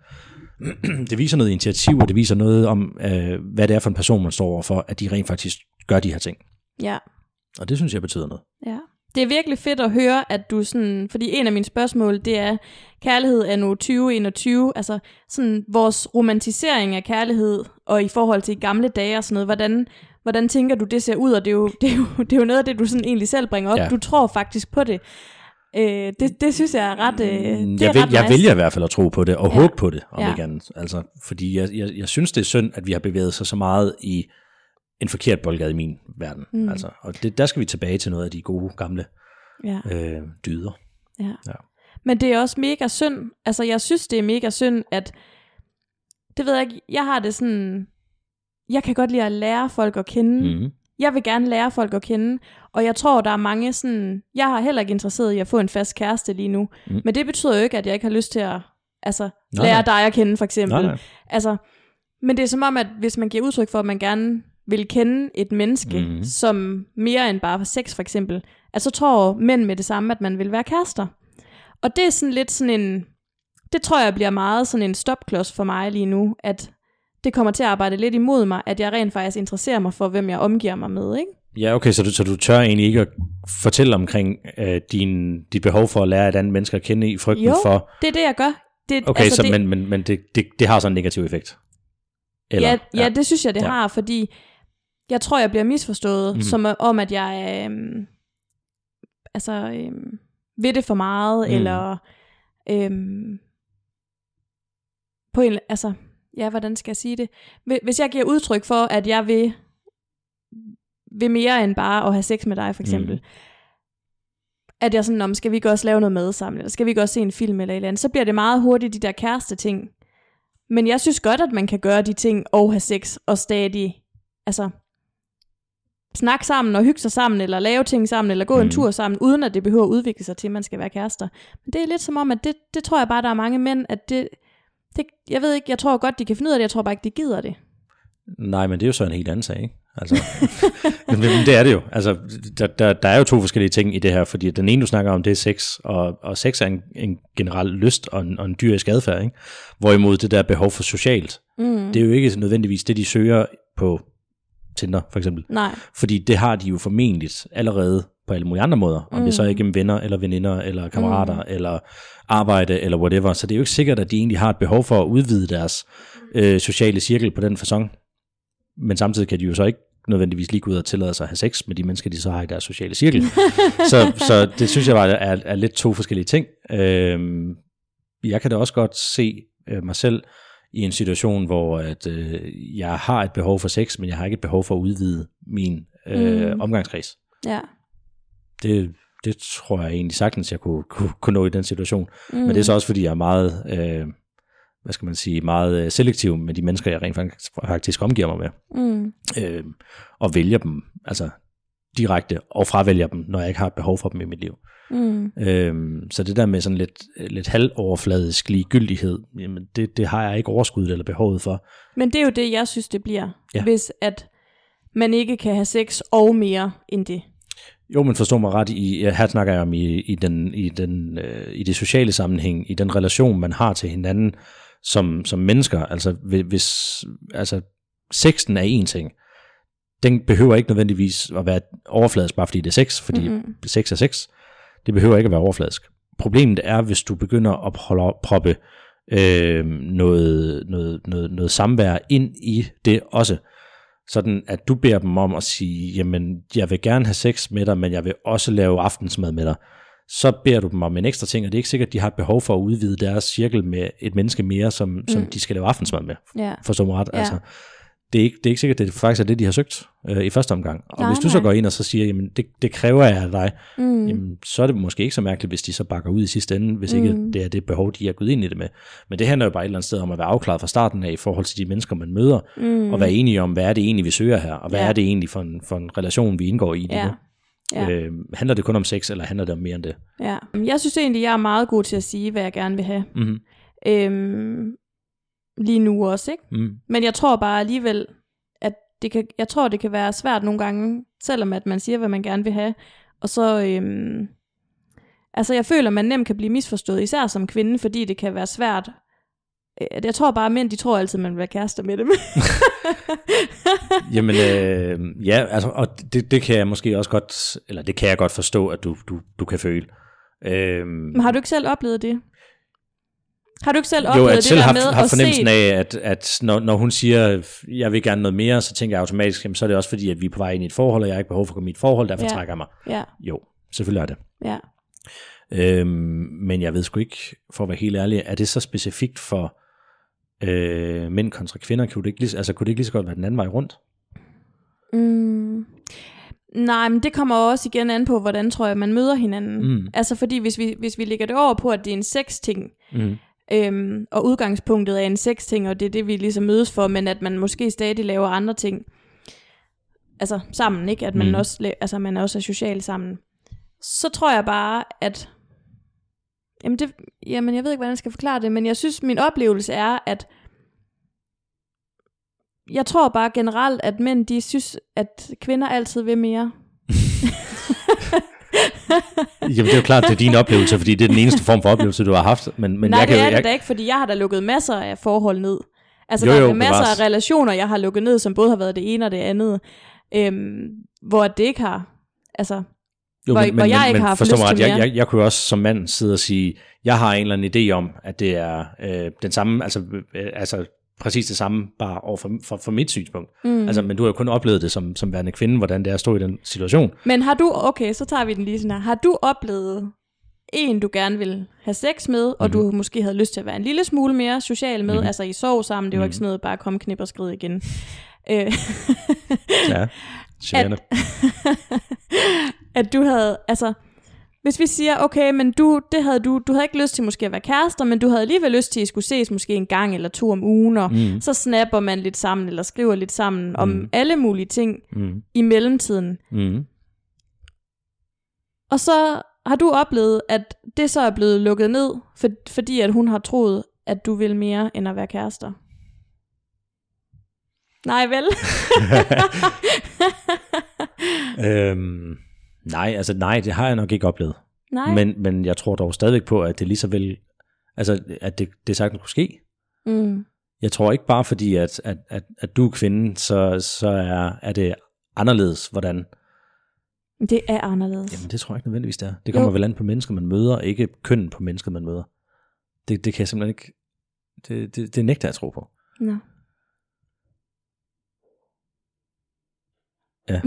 Det viser noget initiativ, og det viser noget om, øh, hvad det er for en person, man står overfor, at de rent faktisk gør de her ting. Ja. Og det synes jeg betyder noget. Ja. Det er virkelig fedt at høre, at du sådan, fordi en af mine spørgsmål, det er kærlighed er nu tyve enogtyve, altså sådan vores romantisering af kærlighed, og i forhold til gamle dage og sådan noget, hvordan, hvordan tænker du, det ser ud, og det er jo, det er jo, det er jo noget af det, du sådan egentlig selv bringer op. Ja. Du tror faktisk på det. Øh, det, det synes jeg er ret øh, det jeg, er vil, ret jeg nice. vælger i hvert fald at tro på det, og ja. håbe på det, om ja. ikke andet. Altså, fordi jeg, jeg, jeg synes, det er synd, at vi har bevæget sig så meget i en forkert boldgade i min verden. Mm. Altså, og det, der skal vi tilbage til noget af de gode, gamle ja. øh, dyder. Ja. Ja. Men det er også mega synd. Altså, jeg synes, det er mega synd, at det ved jeg ikke, jeg har det sådan, jeg kan godt lide at lære folk at kende. Mm. Jeg vil gerne lære folk at kende, og jeg tror, der er mange sådan, jeg har heller ikke interesseret i at få en fast kæreste lige nu, mm. men det betyder jo ikke, at jeg ikke har lyst til at altså, lære nej, nej. dig at kende, for eksempel. Nej, nej. Altså, men det er som om, at hvis man giver udtryk for, at man gerne vil kende et menneske, mm. som mere end bare sex, for eksempel, at så tror mænd med det samme, at man vil være kærester. Og det er sådan lidt sådan en, det tror jeg bliver meget sådan en stopklods for mig lige nu, at det kommer til at arbejde lidt imod mig, at jeg rent faktisk interesserer mig for, hvem jeg omgiver mig med, ikke? Ja, okay, så du, så du tør egentlig ikke at fortælle omkring øh, din, dit behov for at lære et andet menneske at kende i frygten jo, for... det er det, jeg gør. Det, okay, altså, så, det... men, men, men det, det, det har sådan en negativ effekt? Eller, ja, ja, det synes jeg, det ja. har, fordi jeg tror, jeg bliver misforstået, mm-hmm. som om, at jeg er øh, altså, øh, ved det for meget, mm. eller øh, på en... altså ja, hvordan skal jeg sige det? Hvis jeg giver udtryk for, at jeg vil, vil mere end bare at have sex med dig, for eksempel. Mm. At jeg sådan, om skal vi ikke også lave noget mad sammen, eller skal vi ikke også se en film eller et eller andet, så bliver det meget hurtigt de der kæreste ting. Men jeg synes godt, at man kan gøre de ting og have sex og stadig, altså, snakke sammen og hygge sig sammen, eller lave ting sammen, eller gå mm. en tur sammen, uden at det behøver at udvikle sig til, at man skal være kærester. Men det er lidt som om, at det, det tror jeg bare, der er mange mænd, at det... Det, jeg ved ikke, jeg tror godt, de kan finde ud af det, jeg tror bare ikke, de gider det. Nej, men det er jo så en helt anden sag, ikke? Altså, men det er det jo. Altså, der, der, der er jo to forskellige ting i det her, fordi den ene, du snakker om, det er sex, og, og sex er en, en generel lyst og en, og en dyrisk adfærd, ikke? Hvorimod det der behov for socialt, mm. det er jo ikke nødvendigvis det, de søger på Tinder, for eksempel. Nej. Fordi det har de jo formentlig allerede på alle mulige andre måder, om mm. det så er igennem venner, eller veninder, eller kammerater, mm. eller arbejde, eller whatever. Så det er jo ikke sikkert, at de egentlig har et behov for at udvide deres øh, sociale cirkel på den facon. Men samtidig kan de jo så ikke nødvendigvis lige gå ud og tillade sig at have sex med de mennesker, de så har i deres sociale cirkel. så, så det synes jeg bare er, er lidt to forskellige ting. Øh, jeg kan da også godt se øh, mig selv i en situation, hvor at, øh, jeg har et behov for sex, men jeg har ikke et behov for at udvide min øh, mm. omgangskreds. Ja. Det, det tror jeg egentlig sagtens, jeg kunne, kunne, kunne nå i den situation. Mm. Men det er så også, fordi jeg er meget, øh, hvad skal man sige, meget selektiv med de mennesker, jeg rent faktisk omgiver mig med. Mm. Øh, og vælger dem, altså direkte, og fravælger dem, når jeg ikke har behov for dem i mit liv. Mm. Øh, så det der med sådan lidt, lidt halvoverfladisk ligegyldighed, jamen det, det har jeg ikke overskud eller behovet for. Men det er jo det, jeg synes, det bliver, ja. Hvis at man ikke kan have sex og mere end det. Jo, men forstår mig ret i, her snakker jeg om i, i, den, i, den, øh, i det sociale sammenhæng, i den relation, man har til hinanden som, som mennesker. Altså, hvis, altså, sexen er en ting. Den behøver ikke nødvendigvis at være overfladisk, bare fordi det er sex, fordi mm-hmm. sex er sex. Det behøver ikke at være overfladisk. Problemet er, hvis du begynder at holde, proppe øh, noget, noget, noget, noget samvær ind i det også. Sådan at du beder dem om at sige, jamen jeg vil gerne have sex med dig, men jeg vil også lave aftensmad med dig. Så beder du dem om en ekstra ting, og det er ikke sikkert, at de har et behov for at udvide deres cirkel med et menneske mere, som, mm. som de skal lave aftensmad med. Yeah. Forstår mig ret? Yeah. Altså, det, er ikke, det er ikke sikkert, at det faktisk er det, de har søgt øh, i første omgang. Og nej, hvis du nej. så går ind og så siger, jamen det, det kræver jeg af dig, mm. jamen, så er det måske ikke så mærkeligt, hvis de så bakker ud i sidste ende, hvis mm. ikke det er det behov, de har gået ind i det med. Men det handler jo bare et eller andet sted om at være afklaret fra starten af i forhold til de mennesker, man møder, mm. og være enige om, hvad er det egentlig, vi søger her, og hvad yeah. er det egentlig for en, for en relation, vi indgår i yeah. nu. Ja. Øh, handler det kun om sex, eller handler det om mere end det? Ja. Jeg synes egentlig, jeg er meget god til at sige, hvad jeg gerne vil have. Mm-hmm. Øhm, lige nu også, ikke? Mm. Men jeg tror bare alligevel, at det kan, jeg tror, det kan være svært nogle gange, selvom at man siger, hvad man gerne vil have. Og så, øhm, altså jeg føler, man nemt kan blive misforstået, især som kvinde, fordi det kan være svært. Jeg tror bare, at mænd, de tror altid, man vil være kærester med dem. Jamen, øh, ja, altså, og det, det kan jeg måske også godt, eller det kan jeg godt forstå, at du, du, du kan føle. Øhm, Men har du ikke selv oplevet det? Har du ikke selv oplevet jo, at det selv der haft, med haft at fornemmelsen se... af, at, at når, når hun siger, jeg vil gerne noget mere, så tænker jeg automatisk, jamen, så er det også fordi, at vi er på vej ind i et forhold, og jeg har ikke behov for at komme i et forhold, derfor ja. trækker jeg mig. Ja. Jo, selvfølgelig er det. Ja. Øhm, men jeg ved sgu ikke, for at være helt ærlig, er det så specifikt for øh, mænd kontra kvinder? Kunne det, ikke lige, altså, kunne det ikke lige så godt være den anden vej rundt? Mm. Nej, men det kommer også igen an på, hvordan tror jeg, man møder hinanden. Mm. Altså fordi, hvis vi, hvis vi lægger det over på, at det er en sex-ting, mm. øhm, og udgangspunktet er en sex-ting, og det er det, vi ligesom mødes for, men at man måske stadig laver andre ting, altså sammen, ikke? At man, mm. også, altså, man også er social sammen. Så tror jeg bare, at Jamen, det, jamen, jeg ved ikke, hvordan jeg skal forklare det, men jeg synes, min oplevelse er, at jeg tror bare generelt, at mænd, de synes, at kvinder altid vil mere. Jamen, det er jo klart, det er din oplevelse, fordi det er den eneste form for oplevelse, du har haft. Men, men Nej, jeg det kan, er det jeg... da ikke, fordi jeg har da lukket masser af forhold ned. Altså, jo, der er jo, masser bevares. af relationer, jeg har lukket ned, som både har været det ene og det andet, øhm, hvor det ikke har, altså... Jo, hvor, men, hvor jeg men, ikke men, har forstår mig ret, jeg, jeg, jeg, jeg kunne også som mand sidde og sige, jeg har en eller anden idé om, at det er øh, den samme, altså, øh, altså præcis det samme, bare over for, for, for mit synspunkt. Mm. Altså, men du har jo kun oplevet det som, som værende kvinde, hvordan det er at stå i den situation. Men har du, okay, så tager vi den lige sådan her, har du oplevet en, du gerne vil have sex med, og mm-hmm. du måske havde lyst til at være en lille smule mere social med, mm-hmm. altså I sov sammen, det var mm-hmm. ikke sådan noget, bare kom, knip og skrid igen. Ja, sjældent. At, at du havde, altså, hvis vi siger, okay, men du, det havde du, du havde ikke lyst til måske at være kærester, men du havde alligevel lyst til, at I skulle ses måske en gang eller to om ugen, og mm. så snapper man lidt sammen, eller skriver lidt sammen mm. om alle mulige ting mm. i mellemtiden. Mm. Og så har du oplevet, at det så er blevet lukket ned, for, fordi at hun har troet, at du vil mere end at være kærester. Nej, vel? øhm, nej, altså nej, det har jeg nok ikke oplevet. Nej. Men, men jeg tror dog stadigvæk på, at det lige så vel, altså at det, det sagtens kunne ske. Mm. Jeg tror ikke bare fordi, at, at, at, at du er kvinde, så, så er, er det anderledes, hvordan... Det er anderledes. Jamen det tror jeg ikke nødvendigvis, det er. Det kommer jo. Vel an på mennesker, man møder, ikke køn på mennesker, man møder. Det, det kan jeg simpelthen ikke... Det, det, det nægter jeg at tro på. Nå. Ja.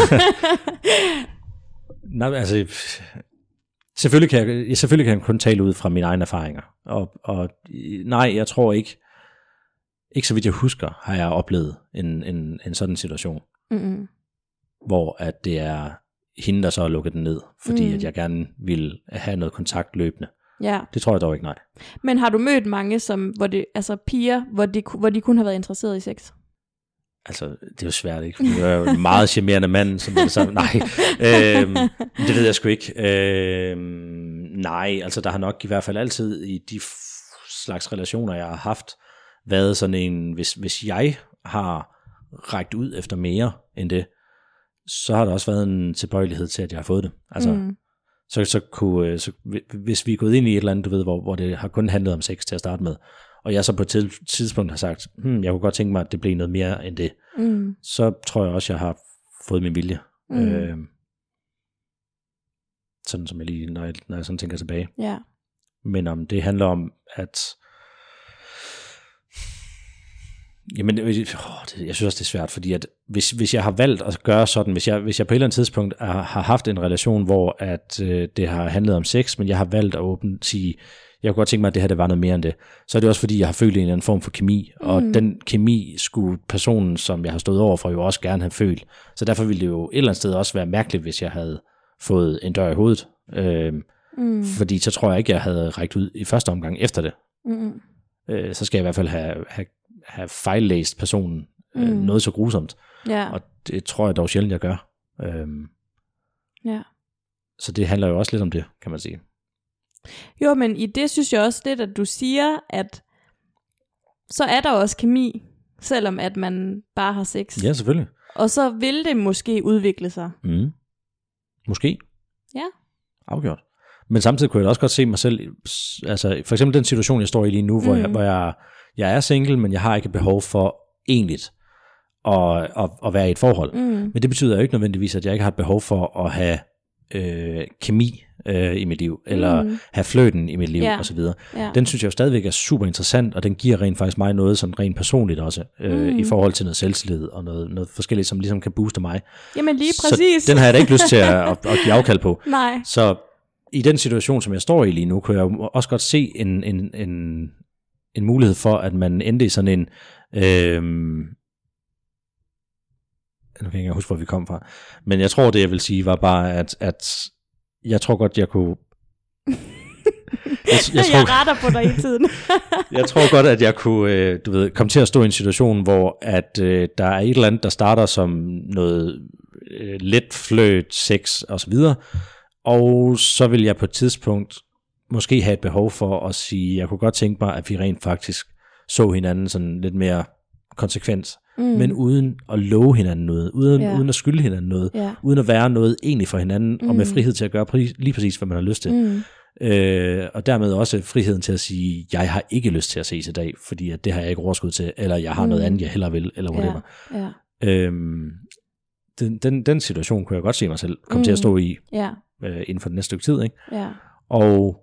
Nej, altså... Selvfølgelig kan, jeg, selvfølgelig kan jeg kun tale ud fra mine egne erfaringer. Og, og nej, jeg tror ikke... Ikke så vidt jeg husker, har jeg oplevet en, en, en sådan situation. Mm-hmm. Hvor at det er... hende, der så har lukket den ned, fordi mm. at jeg gerne vil have noget kontakt løbende. Ja. Det tror jeg dog ikke, nej. Men har du mødt mange, som, hvor det, altså piger, hvor de, hvor de kun har været interesseret i sex? Altså, det er jo svært, ikke? Fordi jeg er jo en meget charmerende mand, som er så, nej, øhm, det ved jeg sgu ikke. Øhm, nej, altså der har nok i hvert fald altid i de slags relationer, jeg har haft, været sådan en, hvis, hvis jeg har rækket ud efter mere end det, så har der også været en tilbøjelighed til, at jeg har fået det. Altså, mm. så, så kunne, så, hvis vi er gået ind i et eller andet, du ved, hvor, hvor det har kun handlet om sex til at starte med, og jeg så på et tidspunkt har sagt, hmm, jeg kunne godt tænke mig, at det blev noget mere end det, mm. så tror jeg også, jeg har fået min vilje. Mm. Øh, sådan som jeg lige, når jeg, når jeg sådan tænker tilbage. Ja. Men om det handler om, at jamen, åh, det, jeg synes også, det er svært, fordi at hvis, hvis jeg har valgt at gøre sådan, hvis jeg, hvis jeg på et eller andet tidspunkt er, har haft en relation, hvor at, øh, det har handlet om sex, men jeg har valgt at åbne, sige, jeg kunne godt tænke mig, at det her det var noget mere end det, så er det også fordi, jeg har følt en eller anden form for kemi, mm. og den kemi skulle personen, som jeg har stået over for, jo også gerne have følt. Så derfor ville det jo et eller andet sted også være mærkeligt, hvis jeg havde fået en dør i hovedet. Øh, mm. Fordi så tror jeg ikke, jeg havde rækket ud i første omgang efter det. Mm. Øh, så skal jeg i hvert fald have, have, have fejllæst personen øh, mm. noget så grusomt. Yeah. Og det tror jeg dog sjældent, jeg gør. Øh, yeah. Så det handler jo også lidt om det, kan man sige. Jo, men i det synes jeg også lidt, at du siger, at så er der også kemi, selvom at man bare har sex. Ja, selvfølgelig. Og så vil det måske udvikle sig. Mm. Måske. Ja. Afgjort. Men samtidig kunne jeg også godt se mig selv, altså for eksempel den situation, jeg står i lige nu, hvor, mm. jeg, hvor jeg, jeg er single, men jeg har ikke behov for egentligt at, at, at være i et forhold. Mm. Men det betyder jo ikke nødvendigvis, at jeg ikke har et behov for at have øh, kemi øh, i mit liv, eller mm. have fløten i mit liv, yeah. osv. Yeah. Den synes jeg jo stadigvæk er super interessant, og den giver rent faktisk mig noget sådan rent personligt også, øh, mm. i forhold til noget selvtillid, og noget, noget forskelligt, som ligesom kan booste mig. Jamen lige præcis. Så den har jeg da ikke lyst til at, at, at give afkald på. Nej. Så i den situation, som jeg står i lige nu, kunne jeg jo også godt se en, en, en, en mulighed for, at man endte i sådan en øh, nu kan jeg ikke huske, hvor vi kom fra. Men jeg tror, det jeg vil sige, var bare, at, at jeg tror godt, jeg kunne jeg, jeg, tror, jeg retter på dig i tiden. Jeg tror godt, at jeg kunne du ved, komme til at stå i en situation, hvor at, øh, der er et eller andet, der starter som noget øh, let fløt, sex og så videre, og så vil jeg på et tidspunkt måske have et behov for at sige, jeg kunne godt tænke mig, at vi rent faktisk så hinanden sådan lidt mere konsekvent, mm. men uden at love hinanden noget, uden, yeah. uden at skylde hinanden noget, yeah. uden at være noget egentlig for hinanden, mm. og med frihed til at gøre præ- lige præcis, hvad man har lyst til. Mm. Øh, og dermed også friheden til at sige, jeg har ikke lyst til at ses i dag, fordi at det har jeg ikke overskud til, eller jeg har mm. noget andet, jeg hellere vil, eller whatever. Yeah. Yeah. Øhm, den, den, den situation kunne jeg godt se mig selv komme mm. til at stå i, yeah. øh, inden for den næste stykke tid. Ikke? Yeah. Og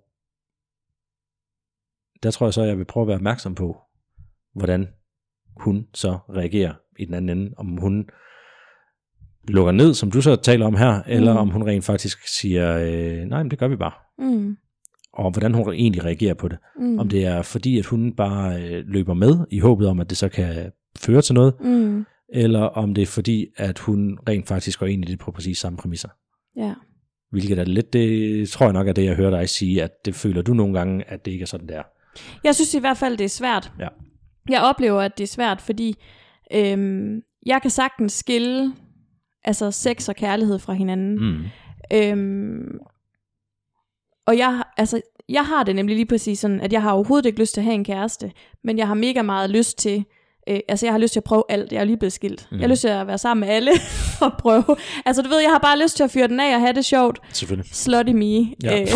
der tror jeg så, at jeg vil prøve at være opmærksom på, hvordan hun så reagerer i den anden ende, om hun lukker ned, som du så taler om her, eller mm. om hun rent faktisk siger, øh, nej, men det gør vi bare. Mm. Og hvordan hun egentlig reagerer på det. Mm. Om det er fordi, at hun bare øh, løber med, i håbet om, at det så kan føre til noget, mm. eller om det er fordi, at hun rent faktisk går ind i det på præcis samme præmisser. Ja. Hvilket er lidt, det tror jeg nok er det, jeg hører dig sige, at det føler du nogle gange, at det ikke er sådan, det er. Jeg synes i hvert fald, det er svært. Ja. Jeg oplever, at det er svært, fordi øhm, jeg kan sagtens skille altså sex og kærlighed fra hinanden. Mm. Øhm, og jeg, altså, jeg har det nemlig lige præcis sådan, at jeg har overhovedet ikke lyst til at have en kæreste, men jeg har mega meget lyst til, øh, altså jeg har lyst til at prøve alt. Jeg er lige blevet skilt. Mm. Jeg har lyst til at være sammen med alle og prøve. Altså du ved, jeg har bare lyst til at fyre den af og have det sjovt. Selvfølgelig. Slutty me. Ja.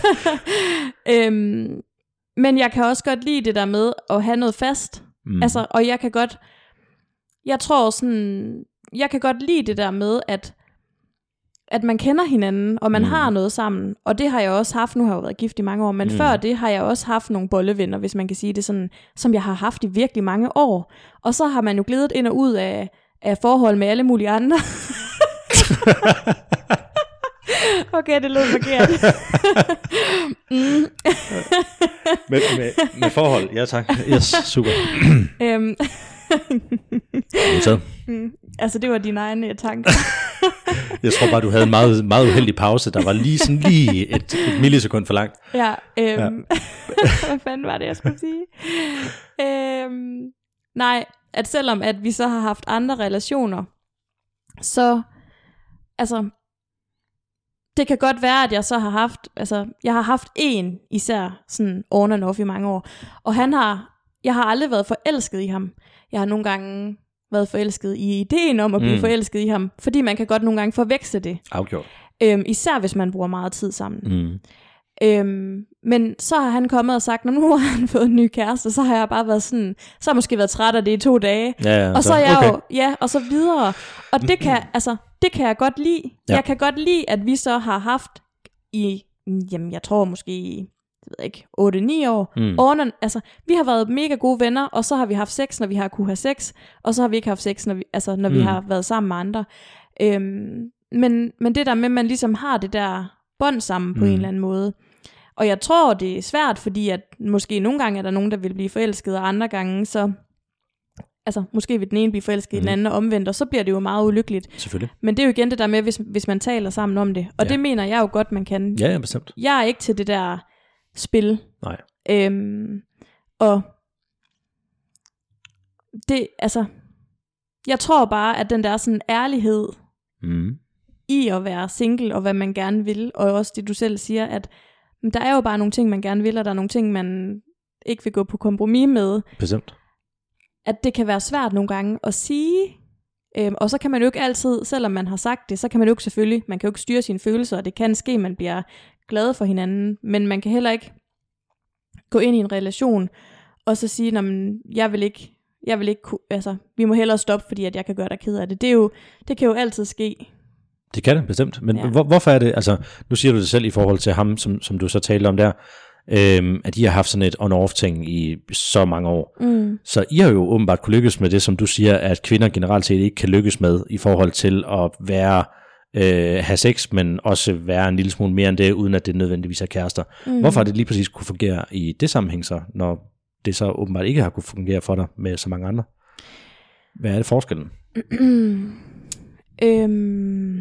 øhm, Men jeg kan også godt lide det der med at have noget fast. Mm. Altså, og jeg kan godt, jeg tror sådan, jeg kan godt lide det der med, at, at man kender hinanden, og man mm. har noget sammen. Og det har jeg også haft, nu har jeg jo været gift i mange år, men mm. før det har jeg også haft nogle bollevenner, hvis man kan sige det sådan, som jeg har haft i virkelig mange år. Og så har man jo glidet ind og ud af, af forhold med alle mulige andre. Okay, det lød forkert. mm. med, med, med forhold, ja tak. Yes, super. øhm. så. Mm. Altså, det var dine egne tanker. Jeg tror bare, du havde en meget, meget uheldig pause, der var lige sådan lige et, et millisekund for langt. Ja, øhm. ja. Hvad fanden var det, jeg skulle sige? Øhm. Nej, at selvom at vi så har haft andre relationer, så, altså, det kan godt være, at jeg så har haft, altså, jeg har haft en især sådan on and off i mange år, og han har, jeg har aldrig været forelsket i ham. Jeg har nogle gange været forelsket i ideen om at blive mm. forelsket i ham, fordi man kan godt nogle gange forveksle det. Afgjort. Øhm, især hvis man bruger meget tid sammen. Mm. Øhm, men så har han kommet og sagt, nu har han fået en ny kæreste, så har jeg bare været sådan, så har jeg måske været træt af det i to dage, ja, ja, og så er jeg okay. jo, ja, og så videre. Og det kan, altså, det kan jeg godt lide. Ja. Jeg kan godt lide, at vi så har haft i, jamen jeg tror måske, jeg ved ikke, otte ni år, mm. Årene, altså, vi har været mega gode venner, og så har vi haft sex, når vi har kunne have sex, og så har vi ikke haft sex, når vi, altså, når mm. vi har været sammen med andre. Øhm, men, men det der med, at man ligesom har det der bånd sammen på mm. en eller anden måde. Og jeg tror, det er svært, fordi at måske nogle gange er der nogen, der vil blive forelsket, og andre gange så, altså måske vil den ene blive forelsket mm. i den anden og omvendt, og så bliver det jo meget ulykkeligt. Selvfølgelig. Men det er jo igen det der med, hvis, hvis man taler sammen om det. Og ja. Det mener jeg jo godt, man kan. Ja, ja, bestemt. Jeg er ikke til det der spil. Nej. Øhm, og det, altså, jeg tror bare, at den der sådan ærlighed mm. i at være single, og hvad man gerne vil, og også det, du selv siger, at der er jo bare nogle ting, man gerne vil, og der er nogle ting, man ikke vil gå på kompromis med. Bestemt. At det kan være svært nogle gange at sige, øhm, og så kan man jo ikke altid, selvom man har sagt det, så kan man jo ikke selvfølgelig, man kan jo ikke styre sine følelser, og det kan ske, man bliver glad for hinanden, men man kan heller ikke gå ind i en relation, og så sige, jeg vil ikke, jeg vil ikke, altså, vi må hellere stoppe, fordi at jeg kan gøre dig ked af det. Det, er jo, det kan jo altid ske. Det kan det bestemt, men ja. hvor, hvorfor er det, altså nu siger du det selv i forhold til ham, som, som du så talte om der, øhm, at I har haft sådan et on-off ting i så mange år, mm. så I har jo åbenbart kunne lykkes med det, som du siger, at kvinder generelt set ikke kan lykkes med, i forhold til at være, øh, have sex, men også være en lille smule mere end det, uden at det nødvendigvis er kærester. Mm. Hvorfor har det lige præcis kunne fungere i det sammenhæng så, når det så åbenbart ikke har kunne fungere for dig med så mange andre? Hvad er det forskellen? øhm...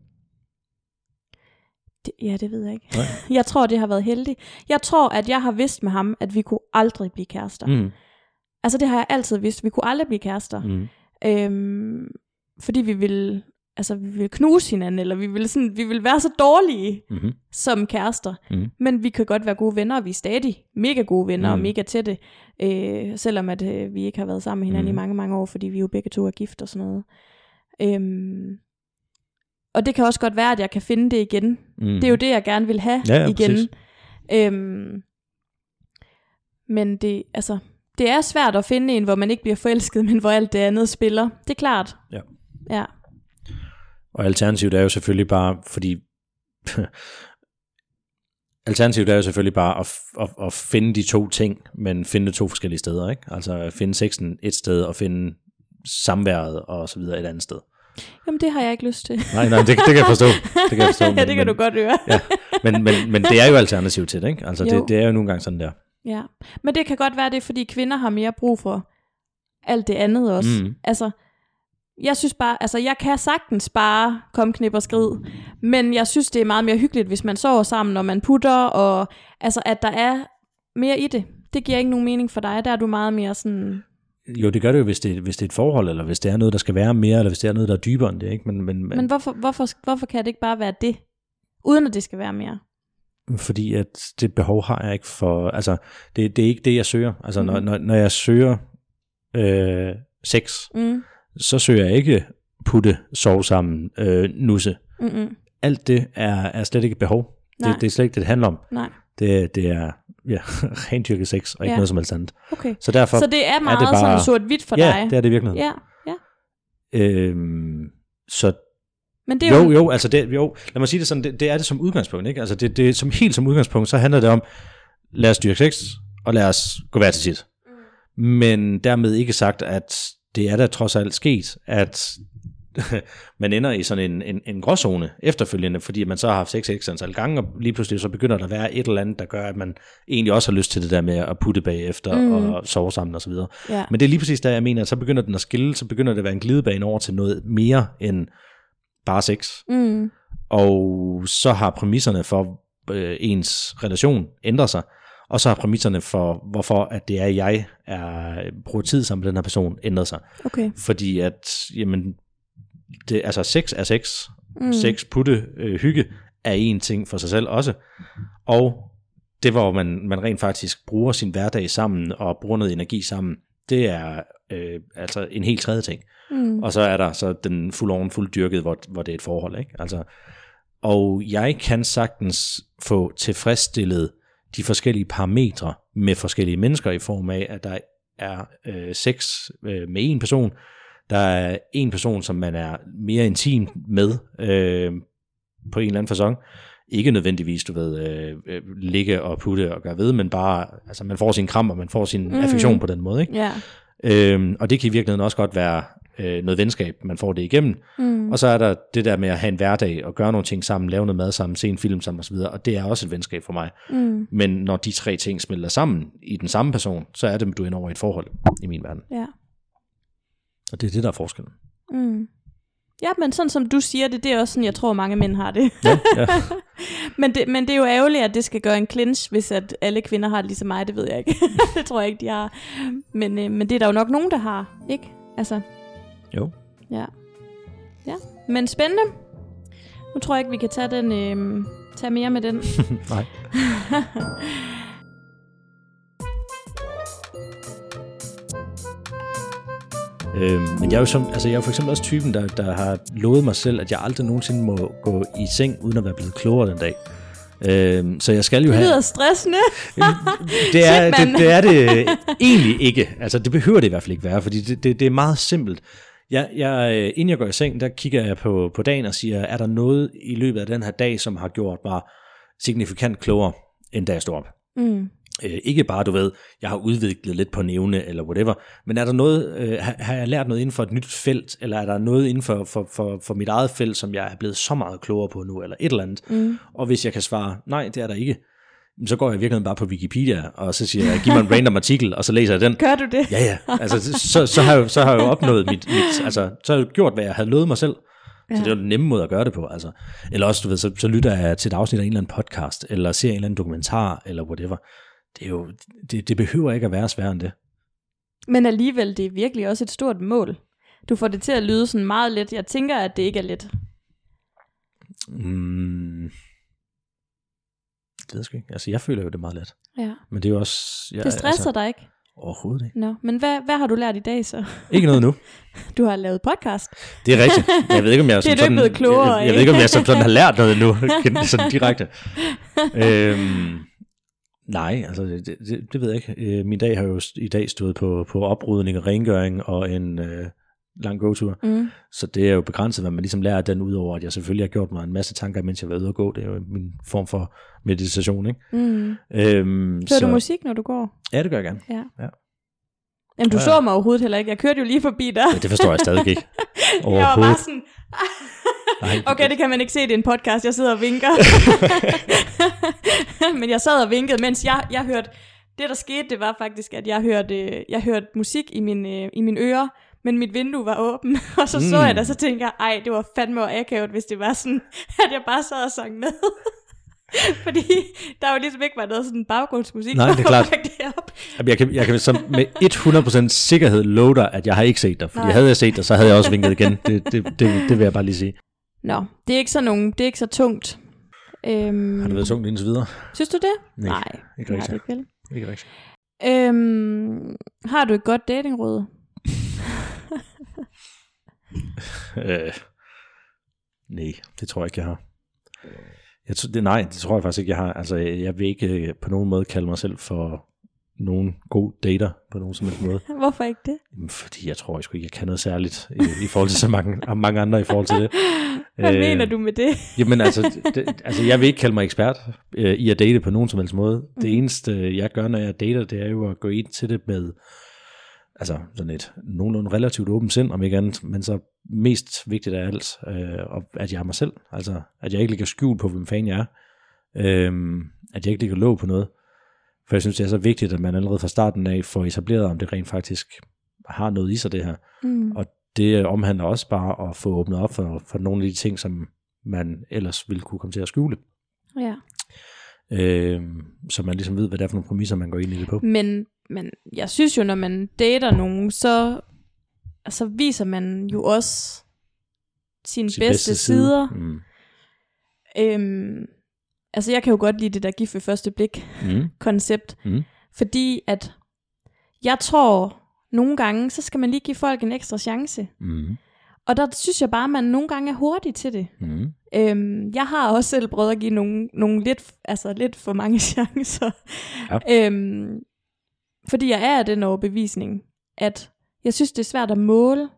Det, ja, det ved jeg ikke. Nej. Jeg tror, det har været heldigt. Jeg tror, at jeg har vidst med ham, at vi kunne aldrig blive kærester. Mm. Altså, det har jeg altid vidst. Vi kunne aldrig blive kærester. Mm. Øhm, fordi vi ville, altså, vi ville knuse hinanden, eller vi ville, sådan, vi ville være så dårlige mm-hmm. som kærester. Mm. Men vi kan godt være gode venner, og vi er stadig mega gode venner, mm. og mega tætte. Øh, selvom at øh, vi ikke har været sammen med hinanden mm. i mange, mange år, fordi vi jo begge to er gift og sådan noget. Øhm, Og det kan også godt være, at jeg kan finde det igen. Mm. Det er jo det, jeg gerne vil have ja, ja, igen. Øhm, men det, altså, det er svært at finde en, hvor man ikke bliver forelsket, men hvor alt det andet spiller. Det er klart. Ja. Ja. Og alternativet er jo selvfølgelig bare, fordi alternativet er jo selvfølgelig bare at, at, at finde de to ting, men finde det to forskellige steder, ikke? Altså finde sexen et sted, og finde samværet og så videre et andet sted. Jamen, det har jeg ikke lyst til. Nej, nej, det, det kan jeg forstå. Det kan jeg forstå. Men, ja, det kan men, du godt høre. ja, men, men, men det er jo alternativ til det, ikke? Altså, det, det er jo nogle gange sådan der. Ja, men det kan godt være, det er, fordi kvinder har mere brug for alt det andet også. Mm. Altså, jeg synes bare, altså, jeg kan sagtens bare komme, knip og skrid, men jeg synes, det er meget mere hyggeligt, hvis man sover sammen, når man putter, og altså, at der er mere i det. Det giver ikke nogen mening for dig. Der er du meget mere sådan... Jo, det gør det jo, hvis det, hvis det er et forhold, eller hvis det er noget, der skal være mere, eller hvis det er noget, der er dybere end det, ikke? Men, men, men hvorfor, hvorfor, hvorfor kan det ikke bare være det, uden at det skal være mere? Fordi at det behov har jeg ikke for, altså, det, det er ikke det, jeg søger. Altså, mm. når, når, når jeg søger øh, sex, mm. så søger jeg ikke putte, sove sammen, øh, nusse. Mm-mm. Alt det er, er slet ikke et behov. Det, det er slet ikke det, det handler om. Nej. Det, det er ja, rendyrket sex, og ikke ja. noget som helst andet. Okay. Så, derfor så det er meget er det bare, sådan sort-hvidt for ja, dig? Ja, det er det virkelig. Ja, ja. Øhm, så Men det er jo, jo, jo, altså det, jo, lad mig sige det sådan, det, det er det som udgangspunkt, ikke? Altså det, det som helt som udgangspunkt, så handler det om, lad os dyrke sex, og lad os gå hver til sit. Mm. Men dermed ikke sagt, at det er da trods alt sket, at man ender i sådan en, en, en gråzone efterfølgende, fordi man så har haft sex x antal gange, og lige pludselig så begynder der at være et eller andet, der gør, at man egentlig også har lyst til det der med at putte bagefter, mm. og sove sammen og så videre. Ja. Men det er lige præcis der, jeg mener, at så begynder den at skille, så begynder det at være en glidebane over til noget mere end bare sex. Mm. Og så har præmisserne for øh, ens relation ændret sig, og så har præmisserne for, hvorfor at det er, jeg er, bruger tid sammen med den her person, ændret sig. Okay. Fordi at, jamen, det, altså sex er sex, mm. sex, putte, øh, hygge er en ting for sig selv også, og det hvor man, man rent faktisk bruger sin hverdag sammen, og bruger noget energi sammen, det er øh, altså en helt tredje ting. Mm. Og så er der så den fuld oven, fuld dyrket, hvor, hvor det er et forhold, ikke? Altså, og jeg kan sagtens få tilfredsstillet de forskellige parametre med forskellige mennesker i form af, at der er øh, sex øh, med en person, der er en person, som man er mere intim med øh, på en eller anden facon. Ikke nødvendigvis, du ved, øh, ligge og putte og gøre ved, men bare, altså man får sin kram, og man får sin mm. affektion på den måde, ikke? Yeah. Øhm, og det kan i virkeligheden også godt være øh, noget venskab, man får det igennem. Mm. Og så er der det der med at have en hverdag, og gøre nogle ting sammen, lave noget mad sammen, se en film sammen osv., og det er også et venskab for mig. Mm. Men når de tre ting smelter sammen i den samme person, så er det, du ender over i et forhold i min verden. Ja. Og det er det, der er forskellen. Mm. Ja, men sådan som du siger det, det er også sådan, jeg tror, mange mænd har det. Ja, ja. men, det men det er jo ærgerligt, at det skal gøre en clinch, hvis at alle kvinder har det ligesom mig, det ved jeg ikke. Det tror jeg ikke, de har. Men, øh, men det er der jo nok nogen, der har, ikke? Altså. Jo. Ja. Ja, men spændende. Nu tror jeg ikke, vi kan tage, den, øh, tage mere med den. Nej. Øhm, men jeg er jo som, altså jeg er jo for eksempel også typen, der, der har lovet mig selv, at jeg aldrig nogensinde må gå i seng, uden at være blevet klogere den dag. Øhm, så jeg skal jo det have... Det lyder stressende. det, er, det, det er det egentlig ikke. Altså det behøver det i hvert fald ikke være, fordi det, det, det er meget simpelt. Jeg, jeg, inden jeg går i seng, der kigger jeg på, på dagen og siger, er der noget i løbet af den her dag, som har gjort mig signifikant klogere, end da jeg stod op? Mm. Øh, ikke bare, du ved, jeg har udviklet lidt på nævne, eller whatever, men er der noget, øh, har, har jeg lært noget inden for et nyt felt, eller er der noget inden for, for, for, for mit eget felt, som jeg er blevet så meget klogere på nu, eller et eller andet? Mm. Og hvis jeg kan svare, nej, det er der ikke, så går jeg virkelig bare på Wikipedia, og så siger jeg, giv mig en random artikel, og så læser jeg den. Gør du det? Ja, ja. Altså, så, så, har jeg, så har jeg jo opnået mit, mit altså, så har jeg gjort, hvad jeg havde lovet mig selv. Ja. Så det er jo den nemme måde at gøre det på. Altså. Eller også, du ved, så, så lytter jeg til et afsnit af en eller anden podcast, eller ser en eller anden dokumentar, eller whatever. Det, er jo, det, det behøver ikke at være sværere end det. Men alligevel, det er virkelig også et stort mål. Du får det til at lyde sådan meget let. Jeg tænker, at det ikke er let. Mm. Det ved jeg sgu ikke. Altså, jeg føler jo, det er meget let. Ja. Men det er jo også... Jeg, det stresser altså, dig ikke? Overhovedet ikke. Nå, men hvad, hvad har du lært i dag så? Ikke noget nu. Du har lavet podcast. Det er rigtigt. Jeg ved ikke, om jeg som det er sådan, blevet klogere, jeg, jeg ved ikke, om jeg som sådan har lært noget nu. Sådan direkte. øhm, nej, altså det, det, det ved jeg ikke. Min dag har jo i dag stået på, på oprydning og rengøring og en øh, lang gåtur. Mm. Så det er jo begrænset, hvad man ligesom lærer den, udover at jeg selvfølgelig har gjort mig en masse tanker, mens jeg var ude og gå. Det er jo min form for meditation, ikke? Mm. Øhm, Hører så... du musik, når du går? Ja, det gør jeg gerne. Ja. Ja. Jamen, du ja. så mig overhovedet heller ikke. Jeg kørte jo lige forbi der. Ja, det forstår jeg stadig ikke. Jeg var bare sådan... Okay, det kan man ikke se, det er en podcast. Jeg sidder og vinker. Men jeg sad og vinkede, mens jeg, jeg hørte... Det, der skete, det var faktisk, at jeg hørte, jeg hørte musik i, min, i mine ører, men mit vindue var åbent. Og så mm. så jeg det, og så tænkte jeg, ej, det var fandme og akavet, hvis det var sådan, at jeg bare sad og sang med. Fordi der jo ligesom ikke var noget sådan baggrundsmusik. Nej, det er klart. Det jeg kan, jeg kan så med hundrede procent sikkerhed love dig, at jeg har ikke set dig. Fordi havde jeg set dig, så havde jeg også vinket igen. Det, det, det, det vil jeg bare lige sige. Nå, det er ikke så, nogen, det er ikke så tungt. Øhm, har det været tungt indtil videre? Synes du det? Nej, Nej, ikke rigtigt. Det ikke, ikke rigtigt. Øhm, har du et godt datingråd? øh, nej, det tror jeg ikke, jeg har. Jeg tror, det, nej, det tror jeg faktisk ikke, jeg har. Altså, jeg vil ikke på nogen måde kalde mig selv for nogen god dater på nogen som helst måde. Hvorfor ikke det? Fordi jeg tror sgu ikke, jeg kan noget særligt i, i forhold til så mange, mange andre i forhold til det. Hvad øh, mener du med det? Jamen altså, det, altså, jeg vil ikke kalde mig ekspert øh, i at date på nogen som helst måde. Mm. Det eneste, jeg gør, når jeg dater, det er jo at gå ind til det med altså sådan et nogenlunde relativt åbent sind, om ikke andet, men så mest vigtigt af alt, øh, at jeg er mig selv. Altså, at jeg ikke ligger skjult på, hvem fanden jeg er. Øh, at jeg ikke ligger låg på noget. For jeg synes, det er så vigtigt, at man allerede fra starten af får etableret, om det rent faktisk har noget i sig, det her. Mm. Og det omhandler også bare at få åbnet op for, for nogle af de ting, som man ellers ville kunne komme til at skjule. Ja. Øh, så man ligesom ved, hvad det er for nogle præmisser, man går ind i det på. Men, men jeg synes jo, når man dater nogen, så, så viser man jo også sine Sin bedste, bedste sider. Mm. Øhm, altså jeg kan jo godt lide det der gift ved første blik mm. koncept. Mm. Fordi at jeg tror, nogle gange, så skal man lige give folk en ekstra chance. Mm. Og der synes jeg bare, at man nogle gange er hurtig til det. Mm. Øhm, jeg har også selv prøvet at give nogle, nogle lidt, altså lidt for mange chancer. Ja. Øhm, fordi jeg er af den overbevisning, at jeg synes, det er svært at måle.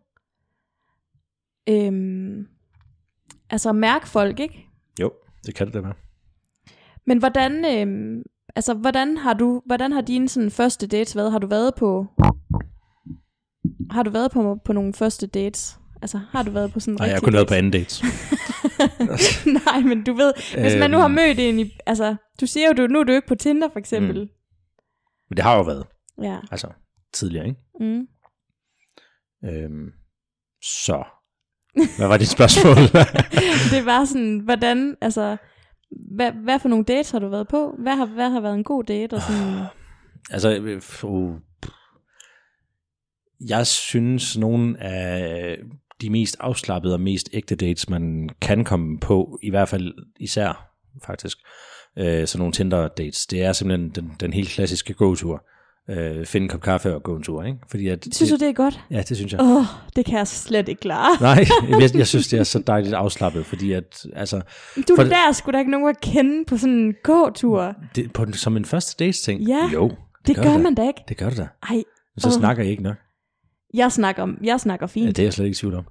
Øhm, altså at mærke folk, ikke? Jo, det kan det da være. Men hvordan, øhm, altså hvordan har du, hvordan har dine sådan første dates været? Har du været på, har du været på på nogle første dates? Altså har du været på sådan en Nej, rigtig jeg har kun været på dates? anden dates. Nej, men du ved, hvis man nu har Øhm. mødt en i, altså du siger jo, du, nu er du ikke på Tinder for eksempel. Mm. Men det har jo været, Ja. altså tidligere, ikke? Mm. Øhm, så, hvad var dit spørgsmål? Det var sådan, hvordan, altså, hvad, hvad for nogle dates har du været på? Hvad har, hvad har været en god date? Og sådan? altså, uh, jeg synes, nogle af de mest afslappede og mest ægte dates, man kan komme på, i hvert fald især faktisk, øh, sådan nogle Tinder-dates, det er simpelthen den, den helt klassiske go-tur. Øh, finde en kop kaffe og gå en tur, ikke? Fordi at, Synes du, det er godt? Ja, det synes jeg. Åh, oh, det kan jeg slet ikke klare. Nej, jeg, jeg synes, det er så dejligt afslappet, fordi at, altså... Du for, der skulle da ikke nogen at kende på sådan en gåtur. Det, på, som en første dates-ting? Ja, jo, det, det gør, gør man da ikke. Det gør det da. Ej, Så åh. snakker I ikke nok. Jeg snakker, jeg snakker fint. Ja, det er jeg slet ikke i tvivl om.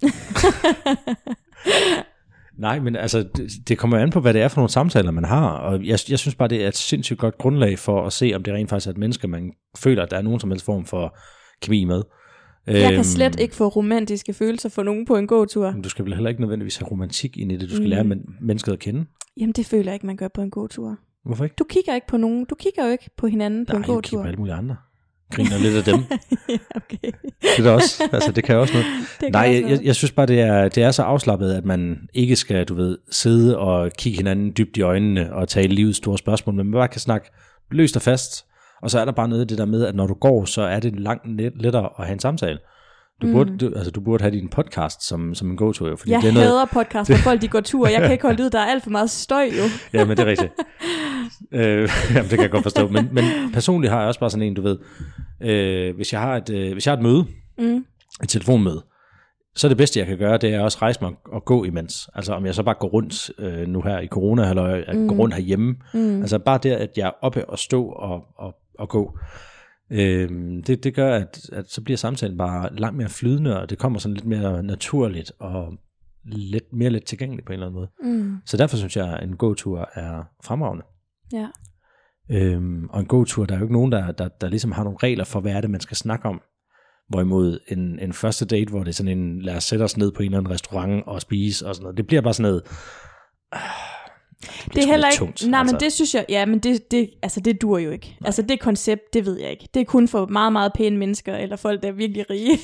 Nej, men altså, det, det kommer an på, hvad det er for nogle samtaler, man har, og jeg, jeg synes bare, det er et sindssygt godt grundlag for at se, om det rent faktisk er et menneske, man føler, at der er nogen som helst form for kemi med. Jeg kan slet ikke få romantiske følelser for nogen på en gåtur. Du skal vel heller ikke nødvendigvis have romantik ind i det, du skal Mm. lære men, mennesket at kende. Jamen, det føler jeg ikke, man gør på en gåtur. Hvorfor ikke? Du kigger ikke på nogen, du kigger jo ikke på hinanden på Nej, en jeg kigger gåtur. på alle mulige andre. Griner lidt af dem. Ja, okay. Det er også, altså det kan også noget. Det Nej, kan også jeg, noget. jeg synes bare, det er, det er så afslappet, at man ikke skal, du ved, sidde og kigge hinanden dybt i øjnene og tale livets store spørgsmål, men man bare kan snakke løst og fast. Og så er der bare noget af det der med, at når du går, så er det langt let, lettere at have en samtale. Du, mm. burde, du, altså, du burde have din podcast som, som en go-to. Fordi Jeg det er noget, hader podcast, hvor folk de går tur. Jeg kan ikke holde ud, der er alt for meget støj jo. Ja, men det er rigtigt. øh, jamen, det kan jeg godt forstå. Men, men personligt har jeg også bare sådan en, du ved, øh, hvis, jeg har et, øh, hvis jeg har et møde, Mm. et telefonmøde, så det bedste, jeg kan gøre, det er også rejse mig og gå imens. Altså om jeg så bare går rundt øh, nu her i corona, eller jeg mm. går rundt herhjemme. Mm. Altså bare det, at jeg er oppe og stå og, og, og gå. Øh, det, det gør, at, at så bliver samtalen bare langt mere flydende, og det kommer sådan lidt mere naturligt, og lidt mere let tilgængeligt på en eller anden måde. Mm. Så derfor synes jeg, at en gåtur er fremragende. Ja. Øhm, og en gåtur, der er jo ikke nogen, der, der, der ligesom har nogle regler for, hvad er det, man skal snakke om. Hvorimod en, en første date, hvor det er sådan en, lad os sætte os ned på en eller anden restaurant og spise og sådan noget, det bliver bare sådan noget, øh, det, Det er heller ikke, tungt, nej, altså. men det synes jeg, ja, men det, det, altså det dur jo ikke. Nej. Altså det koncept, det ved jeg ikke. Det er kun for meget, meget pæne mennesker, eller folk, der er virkelig rige.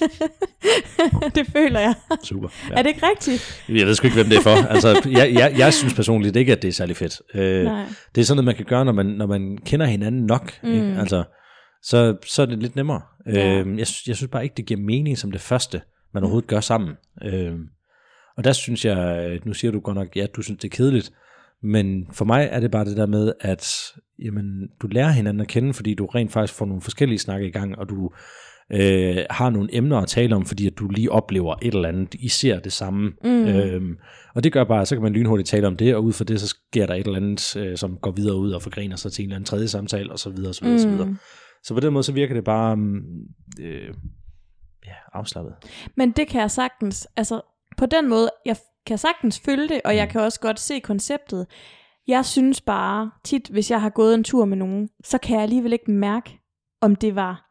Det føler jeg. Super. Ja. Er det ikke rigtigt? Jeg ved sgu ikke, hvem det er for. Altså, jeg, jeg, jeg synes personligt ikke, at det er særlig fedt. Øh, Nej. det er sådan noget, man kan gøre, når man, når man kender hinanden nok. Mm. Ikke? Altså, så, så er det lidt nemmere. Ja. Øh, jeg, jeg synes bare ikke, det giver mening som det første, man overhovedet gør sammen. Øh, og der synes jeg, nu siger du godt nok, ja, du synes, det er kedeligt. Men for mig er det bare det der med, at jamen, du lærer hinanden at kende, fordi du rent faktisk får nogle forskellige snakke i gang, og du øh, har nogle emner at tale om, fordi at du lige oplever et eller andet, I ser det samme. Mm. Øhm, og det gør bare, så kan man lynhurtigt tale om det, og ud fra det, så sker der et eller andet, øh, som går videre ud og forgrener sig til en eller anden tredje samtale, og så videre, og så videre, mm. så videre. Så på den måde, så virker det bare øh, ja, afslappet. Men det kan jeg sagtens, altså på den måde, jeg kan sagtens følge det, og jeg kan også godt se konceptet. Jeg synes bare tit, hvis jeg har gået en tur med nogen, så kan jeg alligevel ikke mærke, om det var,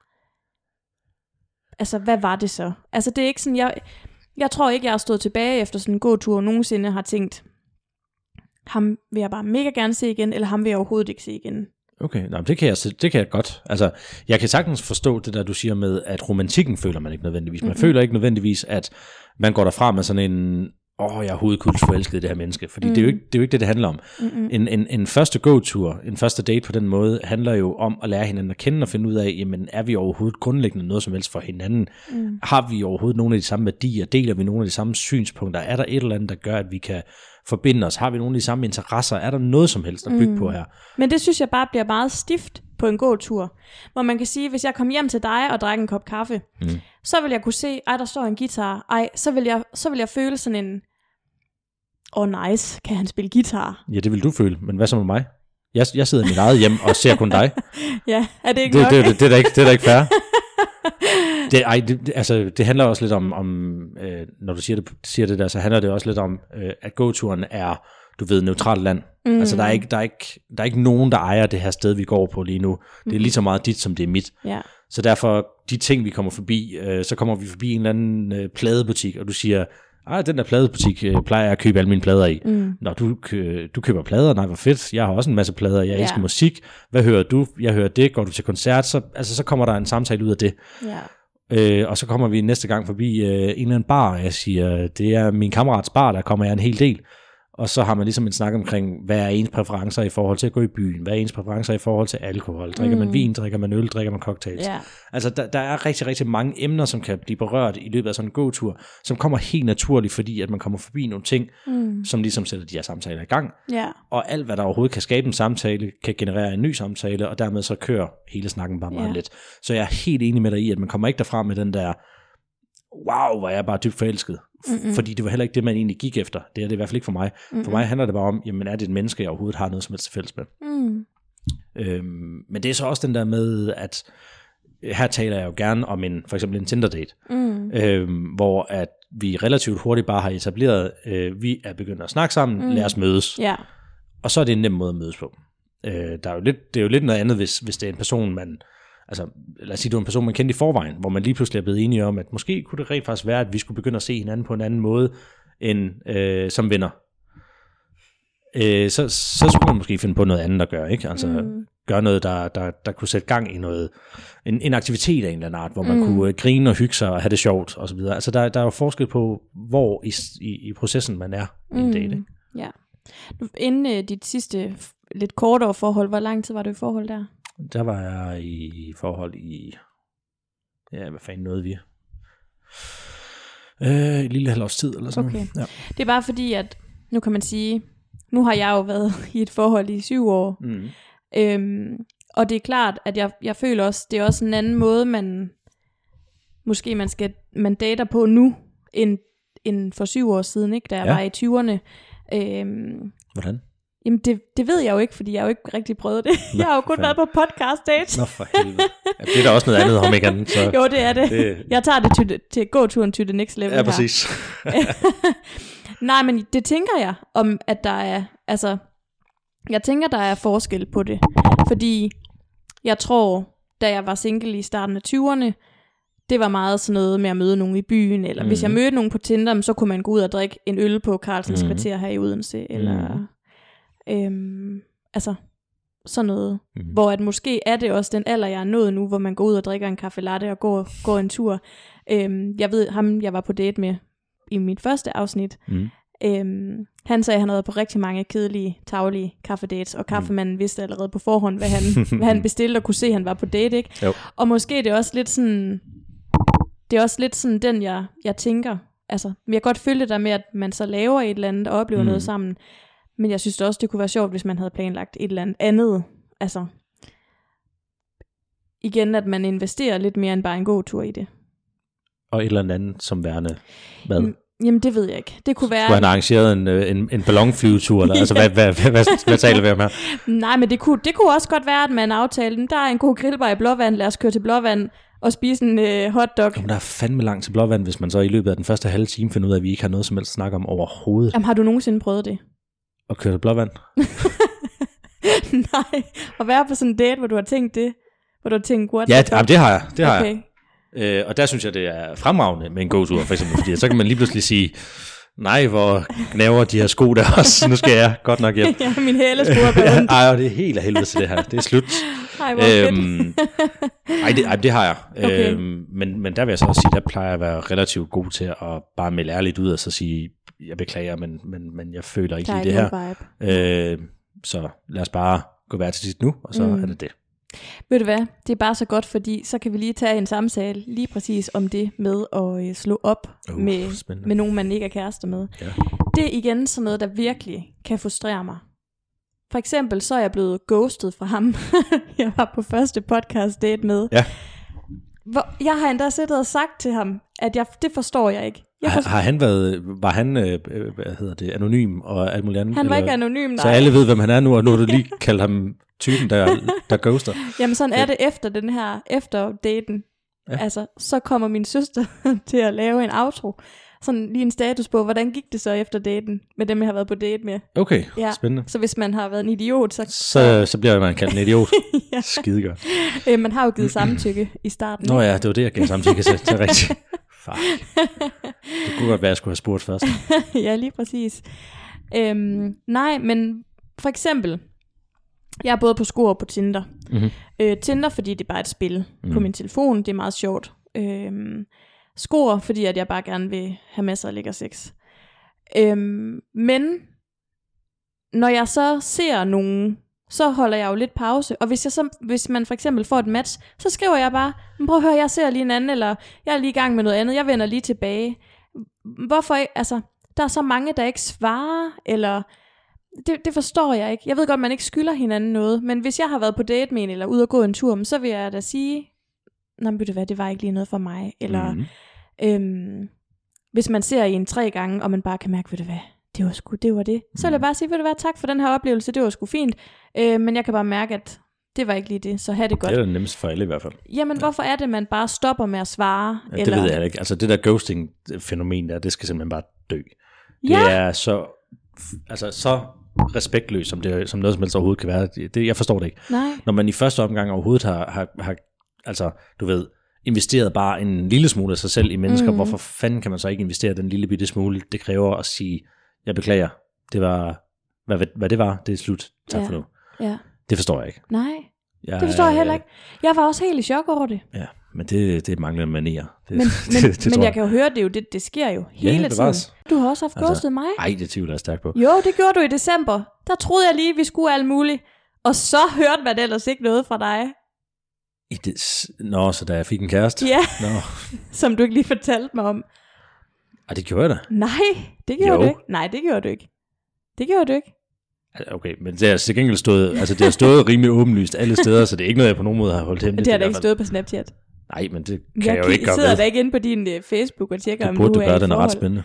altså hvad var det så? Altså det er ikke sådan, jeg, jeg tror ikke, jeg har stået tilbage efter sådan en god tur, og nogensinde har tænkt, ham vil jeg bare mega gerne se igen, eller ham vil jeg overhovedet ikke se igen. Okay, nej, det kan jeg det kan jeg godt. Altså, jeg kan sagtens forstå det der du siger med at romantikken føler man ikke nødvendigvis. Man mm-hmm. føler ikke nødvendigvis at man går derfra med sådan en åh, oh, jeg er hovedkulsforelsket i det her menneske, fordi mm. det er jo ikke det er jo ikke det det handler om. Mm-hmm. En en en første go-tur, en første date på den måde handler jo om at lære hinanden at kende og finde ud af, jamen er vi overhovedet grundlæggende noget som helst for hinanden? Mm. Har vi overhovedet nogle af de samme værdier? Deler vi nogle af de samme synspunkter? Er der et eller andet der gør at vi kan forbinder os? Har vi nogle af de samme interesser? Er der noget som helst at bygge mm. på her? Men det synes jeg bare bliver meget stift på en gåtur, hvor man kan sige, hvis jeg kom hjem til dig og drak en kop kaffe, mm. så vil jeg kunne se, ej, der står en guitar, ej, så vil jeg, så vil jeg føle sådan en, åh oh, nice, kan han spille guitar? Ja, det vil du føle, men hvad så med mig? Jeg, jeg sidder i mit eget hjem og ser kun dig. Ja, er det ikke det, nok? Det, det, det, er da ikke, det er da ikke fair. Det, ej, det, det, altså, det handler også lidt om, om øh, når du siger det, siger det der, så handler det også lidt om, øh, at gåturen er, du ved, neutralt land. Mm. Altså, der er, ikke, der, er ikke, der er ikke nogen, der ejer det her sted, vi går på lige nu. Det er lige så meget dit, som det er mit. Ja. Så derfor, de ting, vi kommer forbi, øh, så kommer vi forbi en eller anden øh, pladebutik, og du siger, ej, den der pladebutik øh, plejer jeg at købe alle mine plader i. Mm. Når du, kø, du køber plader, nej, hvor fedt, jeg har også en masse plader, jeg elsker ja. musik, hvad hører du? Jeg hører det, går du til koncert, så, altså, så kommer der en samtale ud af det. Ja. Øh, og så kommer vi næste gang forbi øh, en eller anden bar, og jeg siger, det er min kammerats bar, der kommer jeg en hel del. Og så har man ligesom en snak omkring, hvad er ens præferencer i forhold til at gå i byen? Hvad er ens præferencer i forhold til alkohol? Drikker man mm. vin? Drikker man øl? Drikker man cocktails? Yeah. Altså, der, der er rigtig, rigtig mange emner, som kan blive berørt i løbet af sådan en gåtur, som kommer helt naturligt, fordi at man kommer forbi nogle ting, mm. som ligesom sætter de her samtaler i gang. Yeah. Og alt, hvad der overhovedet kan skabe en samtale, kan generere en ny samtale, og dermed så kører hele snakken bare meget yeah. let. Så jeg er helt enig med dig i, at man kommer ikke derfra med den der, wow, hvor jeg er bare dybt forelsket. Mm-mm. Fordi det var heller ikke det, man egentlig gik efter. Det er det i hvert fald ikke for mig. Mm-mm. For mig handler det bare om, jamen er det et menneske, jeg overhovedet har noget som helst til fælles med. Mm. Øhm, men det er så også den der med, at her taler jeg jo gerne om en, for eksempel en Tinder-date, mm. øhm, hvor at vi relativt hurtigt bare har etableret, øh, vi er begyndt at snakke sammen, mm. lad os mødes. Yeah. Og så er det en nem måde at mødes på. Øh, der er jo lidt, det er jo lidt noget andet, hvis, hvis det er en person, man... Altså, lad os sige, du er en person, man kendte i forvejen, hvor man lige pludselig er blevet enige om, at måske kunne det rent faktisk være, at vi skulle begynde at se hinanden på en anden måde, end øh, som venner. Øh, så, så skulle man måske finde på noget andet at gøre, ikke? Altså, mm. gøre noget, der, der, der kunne sætte gang i noget, en, en aktivitet af en eller anden art, hvor man mm. kunne øh, grine og hygge sig og have det sjovt, og så videre. Altså, der, der er jo forskel på, hvor i, i, i processen man er i en mm. date, ikke? Ja. Inden øh, dit sidste lidt kortere forhold, hvor lang tid var du i forhold der? Der var jeg i forhold i, ja, hvad fanden nåede vi? Øh, et lille halvt års tid, eller sådan okay. noget. Ja. Det er bare fordi, at nu kan man sige, nu har jeg jo været i et forhold i syv år. Mm. Øhm, og det er klart, at jeg, jeg føler også, det er også en anden måde, man måske man skal man dater på nu, end, end for syv år siden, ikke, da jeg ja. var i tyverne. Øhm, Hvordan? Jamen det, det ved jeg jo ikke, fordi jeg har jo ikke rigtig prøvet det. Nå, jeg har jo kun fanden. været på podcast dates. Nå for helvede. Ja, det er da også noget andet om ikke andet. Så jo, det er det. det. Jeg tager det til, til gåturen til the next level. Ja, præcis. Nej, men det tænker jeg, om at der er, altså, jeg tænker, der er forskel på det. Fordi jeg tror, da jeg var single i starten af tyverne, det var meget sådan noget med at møde nogen i byen, eller mm. hvis jeg mødte nogen på Tinder, så kunne man gå ud og drikke en øl på Carlsens mm. kvarter her i Odense, eller... Mm. Øhm, altså sådan noget, mm. hvor at måske er det også den alder, jeg er nået nu, hvor man går ud og drikker en kaffe latte og går, går en tur. Øhm, jeg ved, ham jeg var på date med i mit første afsnit, mm. øhm, han sagde, at han havde på rigtig mange kedelige, tarvelige kaffedates, og kaffemanden mm. vidste allerede på forhånd, hvad han, hvad han bestilte, og kunne se, at han var på date, ikke? Jo. Og måske det er også lidt sådan, det er også lidt sådan den, jeg, jeg tænker, altså, jeg kan godt følge det der med, at man så laver et eller andet, og oplever mm. noget sammen. Men jeg synes også, det kunne være sjovt, hvis man havde planlagt et eller andet andet. Altså, igen, at man investerer lidt mere end bare en god tur i det. Og et eller andet som værende hvad? Jamen, det ved jeg ikke. Det kunne være... Skulle han arrangeret en, en, en ballonflyvetur? Eller? Altså, hvad, hvad, hvad, hvad, hvad taler vi om her? Nej, men det kunne, det kunne også godt være, at man aftalte, der er en god grillbar i Blåvand, lad os køre til Blåvand og spise en øh, hotdog. Jamen, der er fandme langt til Blåvand, hvis man så i løbet af den første halve time finder ud af, at vi ikke har noget som helst at snakke om overhovedet. Jamen, har du nogensinde prøvet det? Og køre til Blåvand? Nej, at være på sådan en date, hvor du har tænkt det, hvor du har tænkt, what? Ja, det, det har jeg, det har okay. jeg. Øh, og der synes jeg, det er fremragende med en gåtur, for eksempel, fordi så kan man lige pludselig sige, nej, hvor gnaver de her sko der også, nu skal jeg godt nok hjem. Ja, min hælesko er på ondt. Ej, det er helt af helvede til det her, det er slut. Ej, hvor øhm, ej, det, ej, det har jeg. Okay. Øhm, men, men der vil jeg så også sige, der plejer jeg at være relativt god til at bare melde ærligt ud og så sige, jeg beklager, men, men, men jeg føler ikke lige det her. Øh, så lad os bare gå hver til sidst nu, og så mm. er det det. Ved du hvad, det er bare så godt, fordi så kan vi lige tage en samtale lige præcis om det med at øh, slå op uh, med, med nogen, man ikke er kærester med. Ja. det er igen sådan noget, der virkelig kan frustrere mig. For eksempel så er jeg blevet ghostet fra ham. Jeg var på første podcast date med. Ja. Hvor jeg har endda siddet og sagt til ham, at jeg, det forstår jeg ikke. Jeg har, forstår... har han været, var han, øh, hvad hedder det, anonym og alt muligt andet? Han var eller? ikke anonym, nej. Så alle ved, hvem han er nu, og nu har du lige kaldt ham typen, der, der ghoster. Jamen sådan er det efter den her, efter daten. Ja. Altså, så kommer min søster til at lave en outro. Sådan lige en status på, hvordan gik det så efter daten, med dem, jeg har været på date med. Okay, ja. Spændende. Så hvis man har været en idiot, så... Så, så bliver man kaldt en idiot. ja. Skidegodt. Øh, man har jo givet samtykke i starten. Nå ja, det var det, jeg gav samtykke til. Det er rigtigt. Fuck. Det kunne godt være, at jeg skulle have spurgt først. ja, lige præcis. Øhm, nej, men for eksempel, jeg er både på Sko og på Tinder. Mm-hmm. Øh, Tinder, fordi det er bare et spil mm. på min telefon. Det er meget sjovt. Øhm, Skor, fordi at jeg bare gerne vil have masser af lækker sex. Øhm, men når jeg så ser nogen, så holder jeg jo lidt pause. Og hvis, jeg så, hvis man for eksempel får et match, så skriver jeg bare, prøv at høre, jeg ser lige en anden, eller jeg er lige i gang med noget andet, jeg vender lige tilbage. Hvorfor ikke? Altså, der er så mange, der ikke svarer, eller... Det, det forstår jeg ikke. Jeg ved godt, man ikke skylder hinanden noget, men hvis jeg har været på date med en, eller ude og gå en tur, så vil jeg da sige, nej, men ved du hvad, det var ikke lige noget for mig. Eller mm. øhm, hvis man ser en tre gange, og man bare kan mærke, ved du hvad, det var sgu, det var det. Så vil jeg bare sige, ved du hvad, tak for den her oplevelse, det var sgu fint. Øh, men jeg kan bare mærke, at det var ikke lige det, så have det godt. Det er det nemmest for alle i hvert fald. Jamen, ja. Hvorfor er det, man bare stopper med at svare? Ja, det eller... ved jeg ikke. Altså det der ghosting-fænomen der, det skal simpelthen bare dø. Ja. Det er så, altså så respektløst, som, det, som noget som helst overhovedet kan være. Det, jeg forstår det ikke. Nej. Når man i første omgang overhovedet har, har, har altså, du ved, investeret bare en lille smule af sig selv i mennesker, mm. hvorfor fanden kan man så ikke investere den lille bitte smule? Det kræver at sige, jeg beklager, det var, hvad, hvad det var, det er slut, tak ja. for nu. Ja. Det forstår jeg ikke. Nej, jeg, det forstår jeg heller ikke. Jeg var også helt i chok over det. Ja, men det, det mangler manerer. Det, men det, men, det, det men jeg kan jo høre, det, jo, det, det sker jo hele ja, tiden. Du har også haft altså, ghostet mig. Nej, det tvivler jeg stærkt på. Jo, det gjorde du i december. Der troede jeg lige, vi skulle alt muligt. Og så hørte man ellers ikke noget fra dig. I det, nå, så da jeg fik en kæreste? Ja, nå. som du ikke lige fortalte mig om. Ah, det gjorde jeg da. Nej, det gjorde jo. du ikke. Nej, det gjorde du ikke. Det gjorde du ikke. Okay, men det har til gengæld stået, altså det har stået rimelig åbenlyst alle steder, så det er ikke noget, jeg på nogen måde har holdt hemmeligt. Det har da ikke stået på Snapchat. Nej, men det kan jeg, jeg jo ikke gøre. Jeg sidder da ikke inde på din uh, Facebook og tjekker, det om burde du du er gøre, i den er forhold. ret spændende.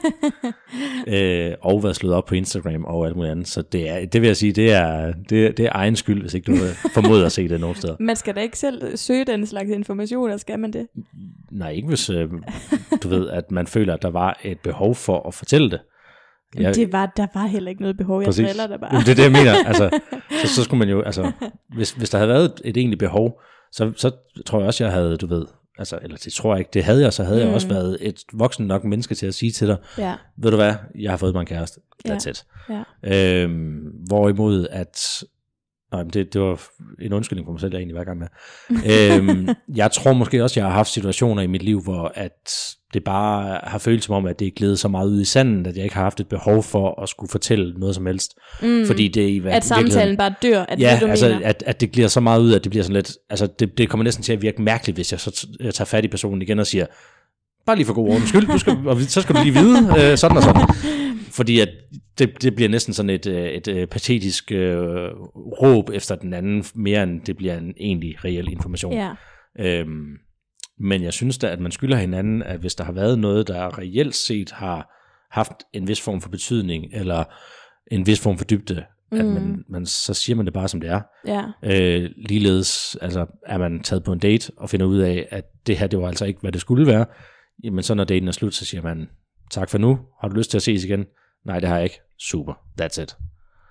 øh, og været slået op på Instagram og alt muligt andet, så det, er, det vil jeg sige, det er, det, det er egen skyld, hvis ikke du formoder at se det nogen steder. Man skal da ikke selv søge den slags informationer, skal man det? Nej, ikke hvis øh, du ved, at man føler, at der var et behov for at fortælle det. Jeg, det var, der var heller ikke noget behov, jeg driller der bare. Det er det, jeg mener. Altså, så, så skulle man jo, altså, hvis, hvis der havde været et, et egentligt behov, så, så tror jeg også, jeg havde, du ved, altså, eller det tror jeg ikke, det havde jeg, så havde mm. jeg også været et voksen nok menneske til at sige til dig, ja. Ved du hvad, jeg har fået mig en kæreste, that's ja. it. Ja. Øhm, hvorimod at, nej, det, det var en undskyldning for mig selv, jeg egentlig var i gang med. øhm, jeg tror måske også, jeg har haft situationer i mit liv, hvor at det bare har følt som om, at det er glædet så meget ud i sanden, at jeg ikke har haft et behov for at skulle fortælle noget som helst. Mm. Fordi det i at samtalen bare dør, at ja, det du altså, mener. At, at det bliver så meget ud, at det bliver sådan lidt, altså det, det kommer næsten til at virke mærkeligt, hvis jeg så jeg tager fat i personen igen og siger, bare lige for god ordens skyld, du skal, og så skal du lige vide, øh, sådan og sådan. Fordi at det, det bliver næsten sådan et, et, et patetisk øh, råb efter den anden, mere end det bliver en egentlig reel information. Ja. Øhm, men jeg synes da, at man skylder hinanden, at hvis der har været noget, der reelt set har haft en vis form for betydning, eller en vis form for dybde, mm. at man, man, så siger man det bare, som det er. Ja. Øh, ligeledes altså, er man taget på en date, og finder ud af, at det her, det var altså ikke, hvad det skulle være. Jamen så når daten er slut, så siger man, tak for nu, har du lyst til at ses igen? Nej, det har jeg ikke. Super, that's it.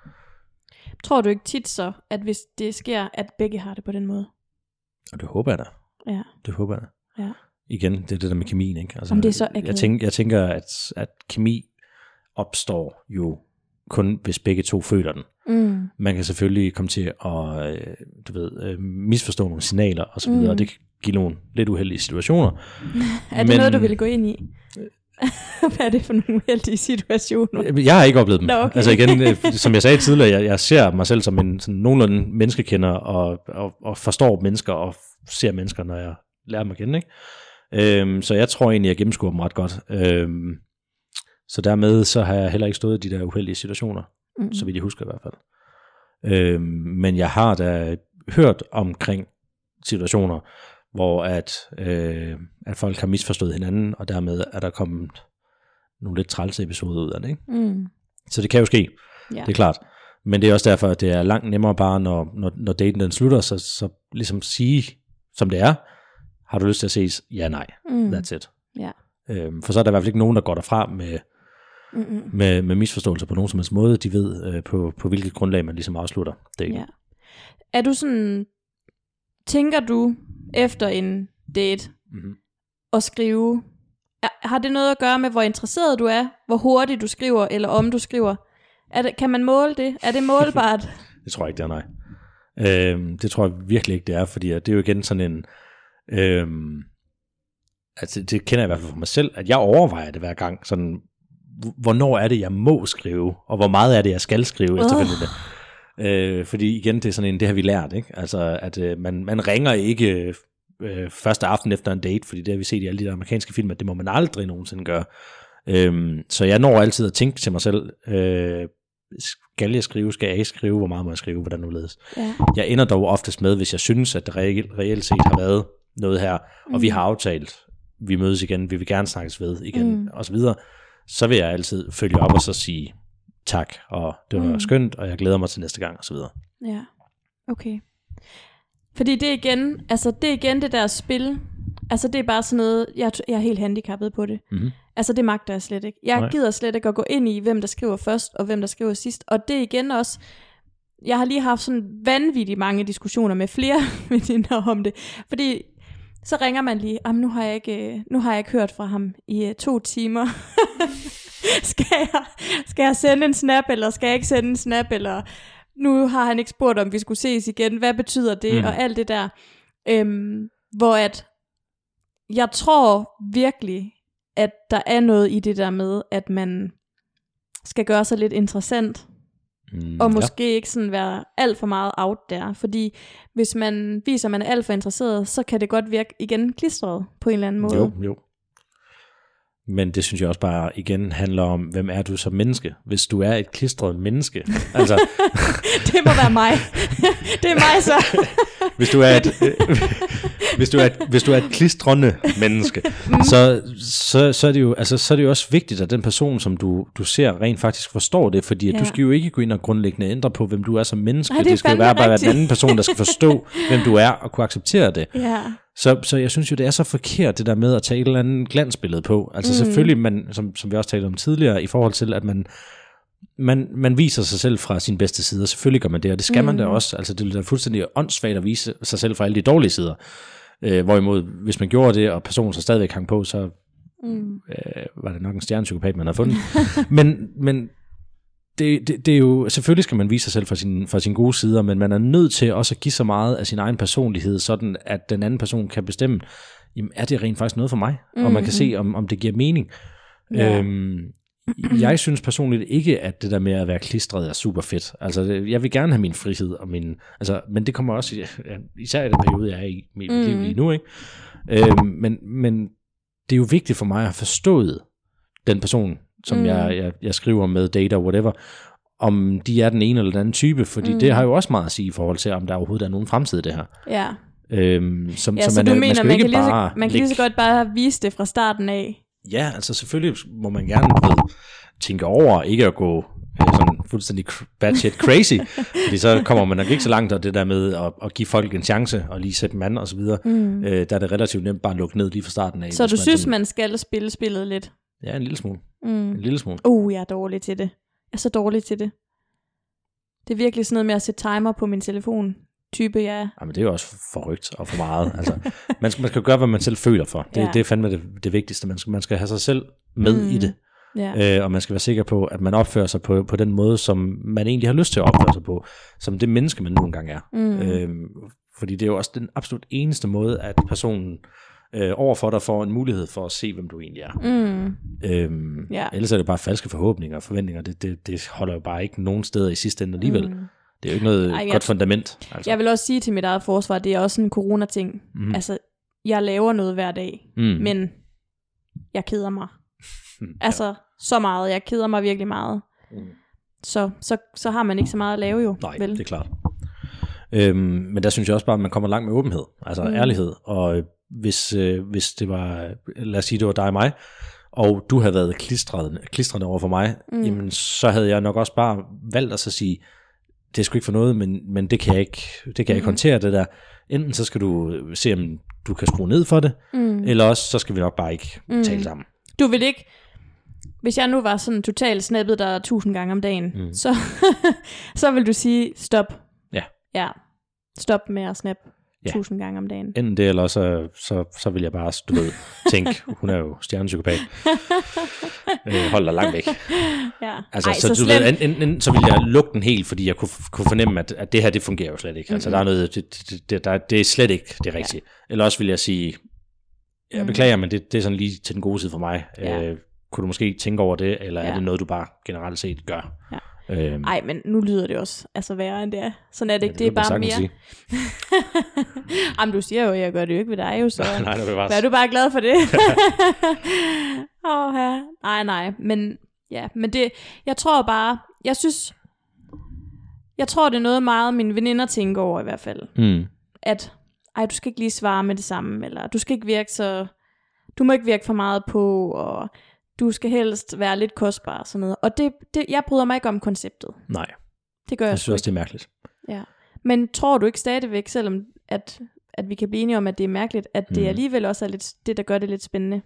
Tror du ikke tit så, at hvis det sker, at begge har det på den måde? Og det håber jeg da. Ja. Det håber jeg da. Ja. Igen, det er det der med kemien, ikke? Altså, Om det er så jeg, tænker, jeg tænker, at, at kemi opstår jo kun, hvis begge to føler den. Mm. Man kan selvfølgelig komme til at øh, du ved, misforstå nogle signaler og så videre, mm. og det kan give nogle lidt uheldige situationer. Er det men, noget, du ville gå ind i? Hvad er det for nogle uheldige situationer? Jeg har ikke oplevet dem. Nå, okay. Altså igen, som jeg sagde tidligere, jeg, jeg ser mig selv som en sådan nogenlunde menneskekender og, og, og forstår mennesker og ser mennesker, når jeg lærer dem at kende. Ikke? Øhm, så jeg tror egentlig, jeg gennemskuer dem ret godt. Øhm, Så dermed så har jeg heller ikke stået i de der uheldige situationer, mm. så vidt jeg husker i hvert fald. Øh, men jeg har da hørt omkring situationer, hvor at, øh, at folk har misforstået hinanden, og dermed er der kommet nogle lidt trælse episoder ud af det. Ikke? Mm. Så det kan jo ske, ja. Det er klart. Men det er også derfor, at det er langt nemmere bare, når, når, når daten den slutter, så, så ligesom sige, som det er, har du lyst til at ses? Ja, nej. Mm. That's it. Ja. Øhm, for så er der i hvert fald ikke nogen, der går derfra med, med, med misforståelser på nogen som helst måde. De ved øh, på, på hvilket grundlag man ligesom afslutter daten. Ja. Er du sådan, tænker du efter en date mm-hmm. at skrive, er, har det noget at gøre med, hvor interesseret du er, hvor hurtigt du skriver, eller om du skriver? Er det, kan man måle det? Er det målbart? Det tror jeg ikke, det er, nej. Øhm, det tror jeg virkelig ikke, det er, fordi det er jo igen sådan en... Øhm, altså det kender jeg i hvert fald for mig selv, at jeg overvejer det hver gang, sådan, hvornår er det, jeg må skrive, og hvor meget er det, jeg skal skrive uh. efterfølgende. Øh, fordi igen, det er sådan en, det har vi lært, ikke? Altså, at øh, man, man ringer ikke øh, første aften efter en date, fordi det har vi set i alle de der amerikanske film, at det må man aldrig nogensinde gøre. Øhm, så jeg når altid at tænke til mig selv, øh, skal jeg skrive, skal jeg ikke skrive, hvor meget må jeg skrive, hvordan nu ledes. Ja. Jeg ender dog oftest med, hvis jeg synes, at det reelt, reelt set har været noget her, mm. og vi har aftalt, vi mødes igen, vi vil gerne snakkes ved igen, mm. og så videre, så vil jeg altid følge op og så sige tak, og det var mm. skønt, og jeg glæder mig til næste gang, og så videre. Ja, okay. Fordi det er igen, altså det er igen det der spil, altså det er bare sådan noget, jeg, jeg er helt handicappet på det. Mm-hmm. Altså det magter jeg slet ikke. Jeg Nej. gider slet ikke at gå ind i, hvem der skriver først, og hvem der skriver sidst, og det er igen også, jeg har lige haft sådan vanvittigt mange diskussioner med flere veninder om det, fordi så ringer man lige, nu har jeg ikke, nu har jeg ikke hørt fra ham i uh, to timer. skal, jeg, skal jeg sende en snap, eller skal jeg ikke sende en snap, eller nu har han ikke spurgt, om vi skulle ses igen. Hvad betyder det? Mm. Og alt det der. Øhm, hvor at, jeg tror virkelig, at der er noget i det der med, at man skal gøre sig lidt interessant. Mm, og måske ja. ikke sådan være alt for meget out der, fordi hvis man viser, at man er alt for interesseret, så kan det godt virke igen klistret på en eller anden måde. Jo, jo. Men det synes jeg også bare igen handler om, hvem er du som menneske? Hvis du er et klistret menneske, altså det må være mig. Det er mig så. hvis du er et hvis du er et, hvis du er et klistrende menneske, mm. så så så er det jo altså så er det jo også vigtigt, at den person, som du du ser, rent faktisk forstår det, fordi ja. du skal jo ikke gå ind og grundlæggende ændre på, hvem du er som menneske. Nej, det, det skal jo være bare være den anden person, der skal forstå, hvem du er og kunne acceptere det. Ja. Så, så jeg synes jo, det er så forkert, det der med at tage et eller andet glansbillede på. Altså mm. selvfølgelig, man, som, som vi også talte om tidligere, i forhold til, at man, man, man viser sig selv fra sin bedste side, og selvfølgelig gør man det, og det skal mm. man da også. Altså det er fuldstændig åndssvagt at vise sig selv fra alle de dårlige sider. Øh, hvorimod, hvis man gjorde det, og personen så stadigvæk hang på, så mm. øh, var det nok en stjernepsykopat, man havde fundet. men men det, det, det er jo, selvfølgelig skal man vise sig selv fra sin, fra sin gode sider, men man er nødt til også at give så meget af sin egen personlighed, sådan at den anden person kan bestemme, jamen er det rent faktisk noget for mig? Mm-hmm. Og man kan se, om, om det giver mening. Yeah. Øhm, jeg synes personligt ikke, at det der med at være klistret er super fedt. Altså, jeg vil gerne have min frihed, og min, altså, men det kommer også, især i den periode, jeg er i mit mm. liv lige nu, ikke? Øhm, men, men det er jo vigtigt for mig at have forstået den person, som mm. jeg, jeg, jeg skriver med, data, whatever, om de er den ene eller den anden type, fordi mm. det har jo også meget at sige i forhold til, om der overhovedet er nogen fremtid i det her. Ja. Øhm, som, ja, så, så man, du man mener, skal man, ikke kan lige bare så, man kan lige så godt bare vise det fra starten af? Ja, altså selvfølgelig må man gerne ved, tænke over, ikke at gå øh, sådan fuldstændig bad shit crazy, fordi så kommer man nok ikke så langt, og det der med at, at give folk en chance, og lige sætte dem an og så videre, mm. øh, der er det relativt nemt bare at lukke ned lige fra starten af. Så du man synes, sådan, man skal spille spillet lidt? Ja, en lille smule. Mm. En lille smule. Uh, jeg er dårlig til det. Jeg er så dårlig til det. Det er virkelig sådan noget med at sætte timer på min telefon. Type, ja. Jamen, det er jo også forrygt og for meget. Altså, man, skal, man skal gøre, hvad man selv føler for. Det, ja. det er fandme det, det vigtigste. Man skal, man skal have sig selv med mm. i det. Ja. Øh, og man skal være sikker på, at man opfører sig på, på den måde, som man egentlig har lyst til at opføre sig på. Som det menneske, man nogle gange er. Mm. Øh, fordi det er jo også den absolut eneste måde, at personen øh, overfor dig får en mulighed for at se, hvem du egentlig er. Mm. Øhm, ja. Ellers er det bare falske forhåbninger og forventninger. Det, det, det holder jo bare ikke nogen steder i sidste ende alligevel. Mm. Det er jo ikke noget Ej, jeg, godt fundament. Altså. Jeg vil også sige til mit eget forsvar, det er også en corona-ting. Mm. Altså, jeg laver noget hver dag, mm. men jeg keder mig Altså, så meget. Jeg keder mig virkelig meget. Mm. Så, så, så har man ikke så meget at lave jo. Nej, vel? det er klart. Øhm, men der synes jeg også bare, at man kommer langt med åbenhed. Altså mm. ærlighed. Og hvis, øh, hvis det var, lad os sige, det var dig og mig, og du havde været klistrende, klistrende over for mig, mm. jamen så havde jeg nok også bare valgt at så sige, det er sgu ikke for noget, men, men det kan jeg ikke, det kan jeg ikke mm. håndtere det der. Enten så skal du se, om du kan skrue ned for det, mm. eller også så skal vi nok bare ikke mm. tale sammen. Du vil ikke, hvis jeg nu var sådan totalt snappet der tusind gange om dagen, mm. så, så vil du sige stop. Ja. Ja, stop med at snappe ja. tusind gange om dagen. Enten det, eller så, så, så vil jeg bare, du ved, tænke, hun er jo stjernepsykopat. øh, hold dig langt væk. Ja. Altså, Ej, så, så, du ved, enten, enten, så vil jeg lukke den helt, fordi jeg kunne, kunne fornemme, at, at det her, det fungerer jo slet ikke. Altså, mm-hmm. der er noget, det, det, det, der, det er slet ikke det rigtige. Ja. Eller også vil jeg sige, jeg beklager, men det, det er sådan lige til den gode side for mig. Ja. Øh, kunne du måske tænke over det, eller ja. er det noget, du bare generelt set gør? Ja. Øhm. Ej, men nu lyder det også altså værre end det er. Sådan er det ikke, ja, det, det er bare mere. Jamen, du siger jo, jeg gør det jo ikke ved dig jo, så nej, det er, er du bare glad for det? Åh, ja. Nej, nej, men ja, men det, jeg tror bare, jeg synes, jeg tror, det er noget meget, mine veninder tænker over i hvert fald. Mm. At, ej, du skal ikke lige svare med det samme, eller du skal ikke virke så, du må ikke virke for meget på, og du skal helst være lidt kostbar og sådan noget. Og det, det, jeg bryder mig ikke om konceptet. Nej. Det gør jeg, jeg synes også, det er mærkeligt. Ja. Men tror du ikke stadigvæk, selvom at, at vi kan blive enige om, at det er mærkeligt, at det mm. alligevel også er lidt, det, der gør det lidt spændende?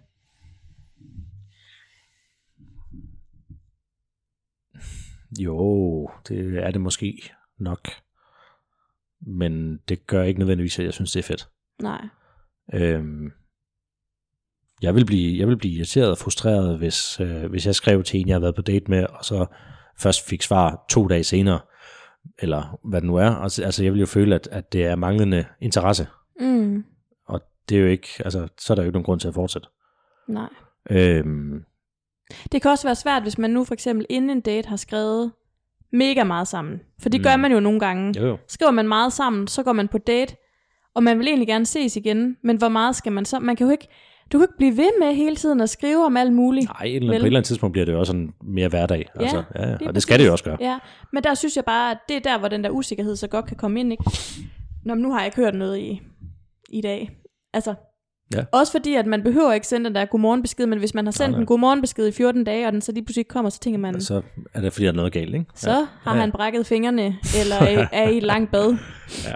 Jo, det er det måske nok. Men det gør ikke nødvendigvis, at jeg synes, det er fedt. Nej. Øhm, jeg vil blive, jeg vil blive irriteret og frustreret, hvis, øh, hvis jeg skrev til en, jeg har været på date med, og så først fik svar to dage senere, eller hvad det nu er. Altså, jeg vil jo føle, at, at det er manglende interesse. Mm. Og det er jo ikke, altså, så er der jo ikke nogen grund til at fortsætte. Nej. Øhm, det kan også være svært, hvis man nu for eksempel inden en date har skrevet mega meget sammen. For det mm. gør man jo nogle gange. Jo, jo. Skriver man meget sammen, så går man på date, og man vil egentlig gerne ses igen, men hvor meget skal man så? Man kan jo ikke, du kan ikke blive ved med hele tiden at skrive om alt muligt. Nej, på et eller andet tidspunkt bliver det jo også sådan mere hverdag. Ja, altså, ja, ja. Og det præcis. skal det jo også gøre. Ja, men der synes jeg bare, at det er der, hvor den der usikkerhed så godt kan komme ind, ikke? Nå, nu har jeg ikke hørt noget i, i dag. Altså, ja. Også fordi, at man behøver ikke sende den der godmorgenbesked, men hvis man har sendt nej, nej. en godmorgenbesked i fjorten dage, og den så lige pludselig kommer, så tænker man... Så er det fordi, der er noget galt, ikke? Så ja. har ja. han brækket fingrene, eller er, er i et langt bad. Ja.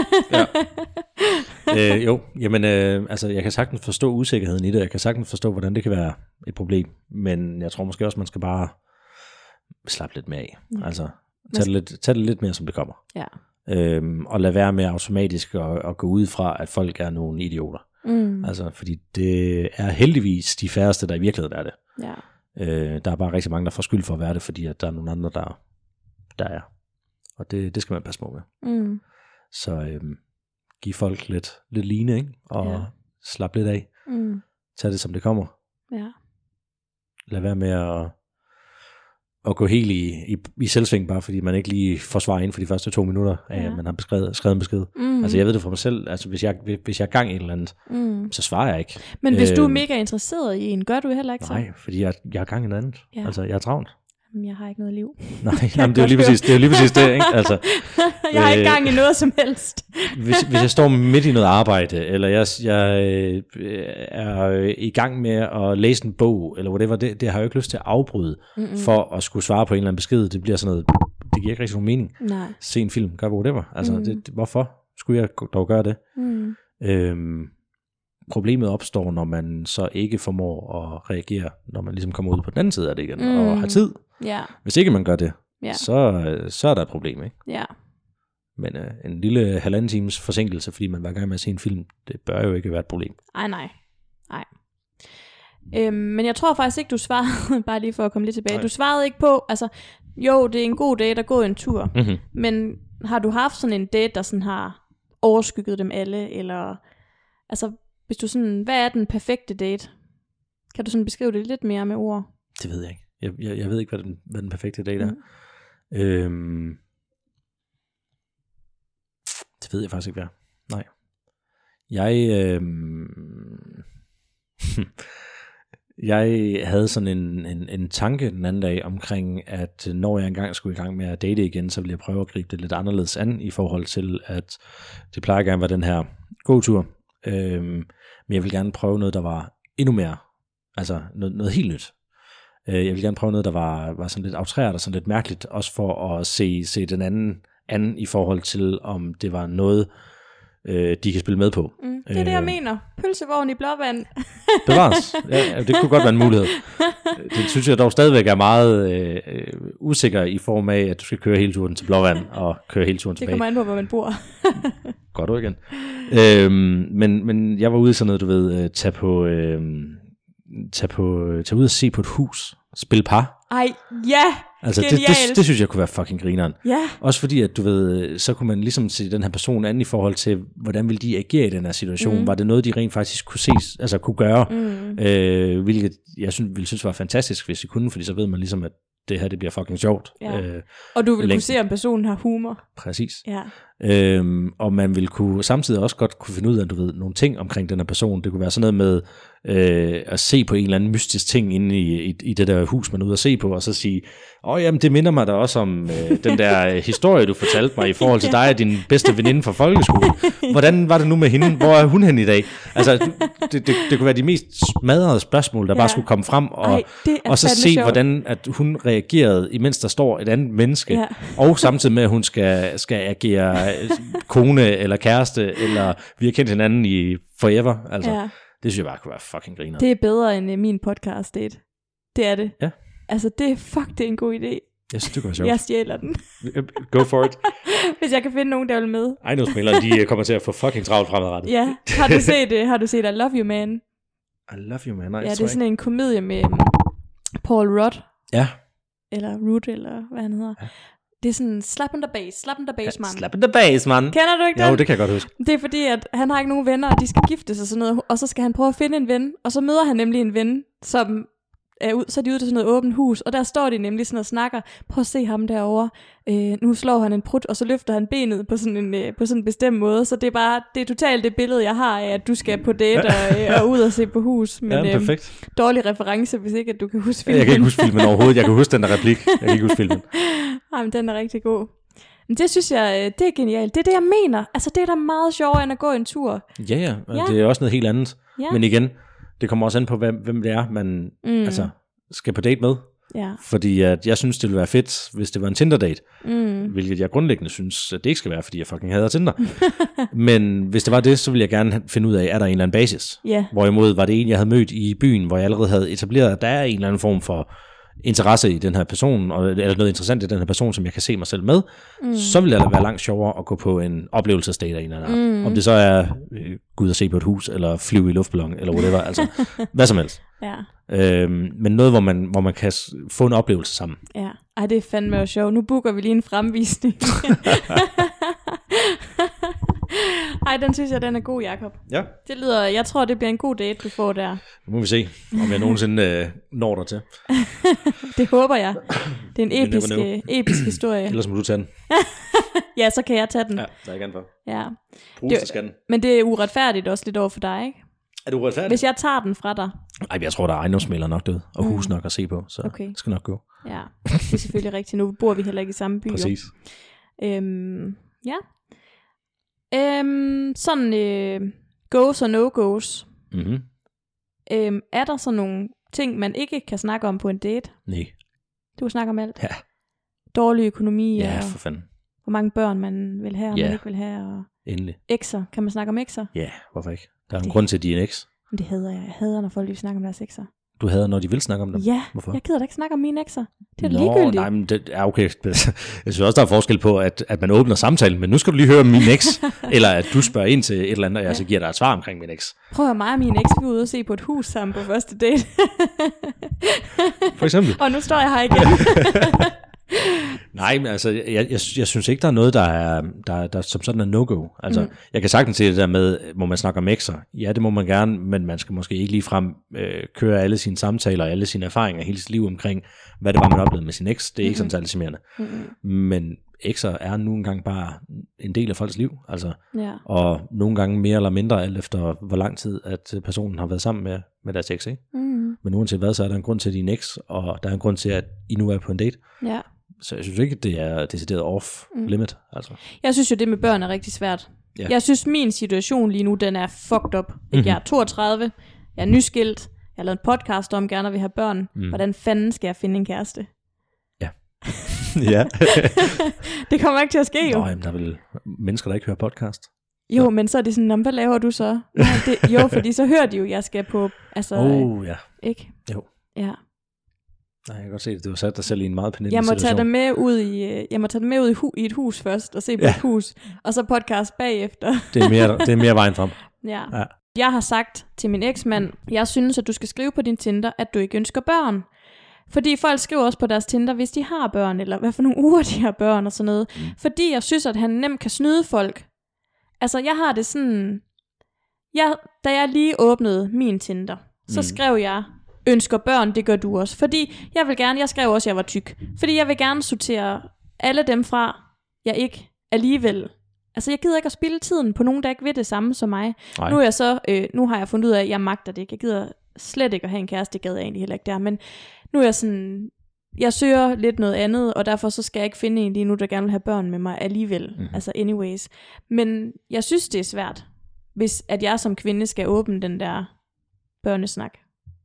Ja. øh, jo, jamen, øh, altså, jeg kan sagtens forstå usikkerheden i det, jeg kan sagtens forstå, hvordan det kan være et problem, men jeg tror måske også, man skal bare slappe lidt mere af. Ja. Altså, tage det, lidt, tage det lidt mere, som det kommer. Ja. Øhm, og lade være med automatisk at, at gå ud fra, at folk er nogle idioter. Mm. Altså, fordi det er heldigvis de færreste, der i virkeligheden er det. Ja. Øh, der er bare rigtig mange, der får skyld for at være det, fordi at der er nogle andre, der, der er. Og det, det skal man passe på med. Mm. Så øhm, give folk lidt, lidt line, ikke? Og ja. slap lidt af. Mm. Tag det, som det kommer. Ja. Lad være med at, at gå helt i, i, i selvsving, bare fordi man ikke lige får svar inden for de første to minutter, af ja. at man har beskrevet, skrevet en besked. Mm. Altså jeg ved det for mig selv, altså hvis jeg, hvis jeg er gang i et eller andet, mm. så svarer jeg ikke. Men hvis øh, du er mega interesseret i en, gør du heller ikke så? Nej, fordi jeg, jeg er gang i noget andet. Ja. Altså jeg er travlt. Jeg har ikke noget liv. Nej, jamen, det er jo lige præcis det, er jo lige præcis det, ikke? Altså, jeg har ikke gang i noget som helst. hvis, hvis jeg står midt i noget arbejde, eller jeg, jeg øh, er i gang med at læse en bog, eller whatever, det, det har jeg jo ikke lyst til at afbryde, mm-mm. for at skulle svare på en eller anden besked. Det bliver sådan noget, det giver ikke rigtig nogen mening. Nej. Se en film, gør whatever. Altså, mm. det, hvorfor skulle jeg dog gøre det? Mm. Øhm, problemet opstår, når man så ikke formår at reagere, når man ligesom kommer ud på den anden side af det igen, mm. og har tid. Yeah. Hvis ikke man gør det, yeah. så, så er der et problem, ikke? Ja. Men øh, en lille halvanden times forsinkelse, fordi man var i gang med at se en film, det bør jo ikke være et problem. Ej, nej. Nej. Øhm, men jeg tror faktisk ikke, du svarede, bare lige for at komme lidt tilbage, nej. Du svarede ikke på, altså, jo, det er en god date at gå en tur, mm-hmm. men har du haft sådan en date, der sådan har overskygget dem alle, eller, altså, hvis du sådan, hvad er den perfekte date? Kan du sådan beskrive det lidt mere med ord? Det ved jeg ikke. Jeg, jeg, jeg ved ikke, hvad den, hvad den perfekte date er. Mm. Øhm, det ved jeg faktisk ikke, hvad. Nej. Jeg, øhm, Jeg havde sådan en, en, en tanke den anden dag omkring, at når jeg engang skulle i gang med at date igen, så ville jeg prøve at gribe det lidt anderledes an i forhold til, at det plejer gerne at være den her gåtur. Øhm, men jeg vil gerne prøve noget, der var endnu mere, altså noget, noget helt nyt. Øh, jeg vil gerne prøve noget, der var, var sådan lidt aftræret og sådan lidt mærkeligt, også for at se, se den anden anden i forhold til, om det var noget, øh, de kan spille med på. Mm, det er øh, det, jeg mener. Pølsevogn i blåvand. Bevares. Ja, det kunne godt være en mulighed. Det synes jeg dog stadigvæk er meget øh, usikker i form af, at du skal køre hele turen til Blåvand og køre hele turen tilbage. Det kommer an på, hvor man bor. Godt du igen. Øhm, men, men jeg var ude i sådan noget, du ved, tage på, øh, tage på, tage ud og se på et hus, spille par. Ej, ja! Altså det, det, det synes jeg kunne være fucking grineren. Ja. Også fordi, at du ved, så kunne man ligesom se den her person anden i forhold til, hvordan ville de agere i den her situation. Mm. Var det noget, de rent faktisk kunne ses, altså kunne gøre, mm. øh, hvilket jeg synes, ville synes var fantastisk, hvis de kunne, fordi så ved man ligesom, at det her, det bliver fucking sjovt. Ja. Øh, og du vil kunne se, om personen har humor. Præcis. Ja. Øhm, og man vil kunne samtidig også godt kunne finde ud af, du ved, nogle ting omkring den her person. Det kunne være sådan noget med øh, at se på en eller anden mystisk ting inde i, i, i det der hus, man er ude at se på, og så sige, åh jamen, det minder mig da også om øh, den der historie, du fortalte mig i forhold til dig og din bedste veninde fra folkeskolen. Hvordan var det nu med hende? Hvor er hun hen i dag? Altså, det, det, det kunne være de mest smadrede spørgsmål, der ja. bare skulle komme frem, og, Ej, og så se, sjovt. hvordan at hun reagerede, imens der står et andet menneske, ja. og samtidig med, at hun skal, skal agere kone eller kæreste, eller vi har kendt hinanden i forever. Altså, ja. Det synes jeg bare kunne være fucking griner. Det er bedre end uh, min podcast date. Det er det. Ja. Altså, det, fuck, det er en god idé. Jeg synes, det kunne være sjovt. Jeg stjæler den. Go for it. Hvis jeg kan finde nogen, der vil med. Ejendomsmælere, de kommer til at få fucking travlt fremadrettet. Ja. Har du set det? Har du set I Love You Man? I Love You Man. Nej, ja, det er sådan en komedie med um, Paul Rudd. Ja. Eller Rudd, eller hvad han hedder. Ja. Det er sådan slap in the base, slap in the base, man. Ja, slap in the base, man. Kender du ikke det? Jo, det kan jeg godt huske. Det er fordi, at han har ikke nogen venner, og de skal giftes og sådan noget, og så skal han prøve at finde en ven, og så møder han nemlig en ven, som er ud, så er de ude til sådan noget åbent hus, og der står de nemlig sådan og snakker, prøv at se ham derovre, øh, nu slår han en prut, og så løfter han benet på sådan en, øh, på sådan en bestemt måde, så det er bare, det er totalt det billede, jeg har af, at du skal på date og, øh, og ud og se på hus. Men, ja, perfekt. Øh, dårlig reference, hvis ikke, at du kan huske filmen. Jeg kan ikke huske filmen overhovedet, jeg kan huske den der replik, jeg kan ikke huske filmen. Ej, men den er rigtig god. Men det synes jeg, det er genialt. Det er det, jeg mener. Altså, det er da meget sjovere, end at gå en tur. Ja, ja. Og ja. Det er også noget helt andet. Ja. Men igen, det kommer også an på, hvem, hvem det er, man mm. altså, skal på date med. Ja. Fordi at jeg synes, det ville være fedt, hvis det var en Tinder-date. Mm. Hvilket jeg grundlæggende synes, at det ikke skal være, fordi jeg fucking hader Tinder. Men hvis det var det, så ville jeg gerne finde ud af, er der en eller anden basis? Yeah. Hvorimod var det en, jeg havde mødt i byen, hvor jeg allerede havde etableret, at der er en eller anden form for interesse i den her person, og, eller noget interessant i den her person, som jeg kan se mig selv med, mm. så vil det være langt sjovere at gå på en oplevelsesdate af en eller anden art. Mm. Om det så er øh, gå ud og se på et hus, eller flyve i luftballon, eller whatever, altså hvad som helst. Ja. Øhm, men noget, hvor man, hvor man kan få en oplevelse sammen. Ja, ej, det er fandme jo sjovt. Nu booker vi lige en fremvisning. Ej, den synes jeg, den er god, Jakob. Ja. Det lyder, jeg tror, det bliver en god date, du får der. Nu må vi se, om jeg nogensinde øh, når dig til. Det håber jeg. Det er en episk, episk historie. Ellers må du tage den. Ja, så kan jeg tage den. Ja, der er ikke andet for. Ja. Bruges til skal den. Men det er uretfærdigt også lidt over for dig, ikke? Er det uretfærdigt? Hvis jeg tager den fra dig. Ej, jeg tror, der er ejendomsmælere nok derude, og hus nok at se på, så okay. Det skal nok gå. Ja, det er selvfølgelig rigtigt. Nu bor vi heller ikke i samme by. Præcis. Øhm, ja. Øhm, sådan øh, goes og no-goes. Mm-hmm. Øhm, er der sådan nogle ting, man ikke kan snakke om på en date? Nej. Du kan snakke om alt? Ja. Dårlig økonomi? Ja, og for fanden. Hvor mange børn man vil have, og ja. man ikke vil have. Og endelig. Ekser. Kan man snakke om ekser? Ja, hvorfor ikke? Der er en det, grund til, at de er en eks. Det hader jeg. Jeg hader, når folk vil snakke om deres ekser. Du hader, når de vil snakke om dem? Ja, hvorfor? Jeg gider da ikke snakke om mine ekser. Det er Nå, ligegyldigt. Nej, men det er okay. Jeg synes også, der er forskel på, at, at man åbner samtalen, men nu skal du lige høre om min eks, eller at du spørger ind til et eller andet, og jeg ja. så giver dig et svar omkring min eks. Prøv at mig og min eks, vi er ude og se på et hus sammen på første date. For eksempel. Og nu står jeg her igen. Nej, men altså, jeg, jeg, jeg synes ikke, der er noget, der er, der, der som sådan er no-go. Altså, mm. jeg kan sagtens se det der med, hvor man snakker om ekser. Ja, det må man gerne, men man skal måske ikke lige frem øh, køre alle sine samtaler og alle sine erfaringer hele sit liv omkring, hvad det var, man oplevede med sin eks. Det er ikke mm-hmm. sådan særlig charmerende. Mm-hmm. Men ekser er nu engang bare en del af folks liv, altså, Ja. og nogle gange mere eller mindre, alt efter hvor lang tid, at personen har været sammen med, med deres eks, ikke? Mm. Men uanset hvad, så er der en grund til, at din eks, og der er en grund til, at I nu er på en date. Ja. Så jeg synes ikke, det er decideret off-limit. Mm. Altså. Jeg synes jo, det med børn er rigtig svært. Ja. Jeg synes, min situation lige nu, den er fucked up. Mm-hmm. Jeg er toogtredive, jeg er nyskilt, jeg har lavet en podcast om, gerne vil have børn. Mm. Hvordan fanden skal jeg finde en kæreste? Ja. ja. Det kommer ikke til at ske jo. Nå, jamen, der er vel mennesker, der ikke hører podcast. Jo, men så er det sådan, hvad laver du så? Nej, det, jo, fordi så hører de jo, jeg skal på, altså, oh, ja. ikke? Jo. Ja. Nej, jeg kan godt se det. Du har sat dig selv i en meget pændende jeg må situation. tage dig med ud i, jeg må tage dig med ud i, hu, i et hus først, og se på ja. et hus, og så podcast bagefter. det, er mere, det er mere vejen frem. Ja. ja. Jeg har sagt til min eksmand, jeg synes, at du skal skrive på din Tinder, at du ikke ønsker børn. Fordi folk skriver også på deres Tinder, hvis de har børn, eller hvad for nogle uger de har børn og sådan noget. Mm. Fordi jeg synes, at han nemt kan snyde folk. Altså, jeg har det sådan... Jeg, da jeg lige åbnede min Tinder, så mm. skrev jeg, ønsker børn, det gør du også. Fordi jeg vil gerne, jeg skrev også, at jeg var tyk. Fordi jeg vil gerne sortere alle dem fra, jeg ikke alligevel... Altså, jeg gider ikke at spilde tiden på nogen, der ikke ved det samme som mig. Nej. Nu er jeg så, øh, nu har jeg fundet ud af, at jeg magter det ikke. Jeg gider slet ikke at have en kæreste, det gad jeg egentlig heller ikke der. Men nu er jeg sådan, jeg søger lidt noget andet, og derfor så skal jeg ikke finde en lige nu, der gerne vil have børn med mig alligevel. Mm-hmm. Altså anyways. Men jeg synes, det er svært, hvis at jeg som kvinde skal åbne den der børnesnak.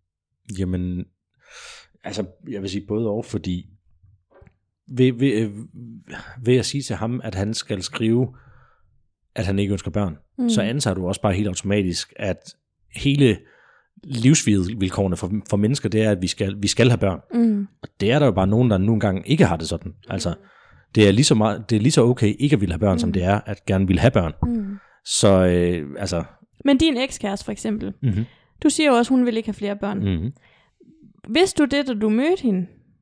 Jamen, altså, jeg vil sige både og, fordi ved, ved, ved at sige til ham, at han skal skrive, at han ikke ønsker børn, mm. så antager du også bare helt automatisk, at hele livsvilkårene for, for mennesker, det er, at vi skal, vi skal have børn. Mm. Og det er der jo bare nogen, der nogle gange ikke har det sådan. Altså, det er lige så, meget, det er lige så okay ikke at ville have børn, mm. som det er at gerne ville have børn. Mm. Så, øh, altså... Men din ekskæreste for eksempel, mm-hmm. du siger jo også, hun vil ikke have flere børn. Mm-hmm. Vidste du det, da du mødte hende?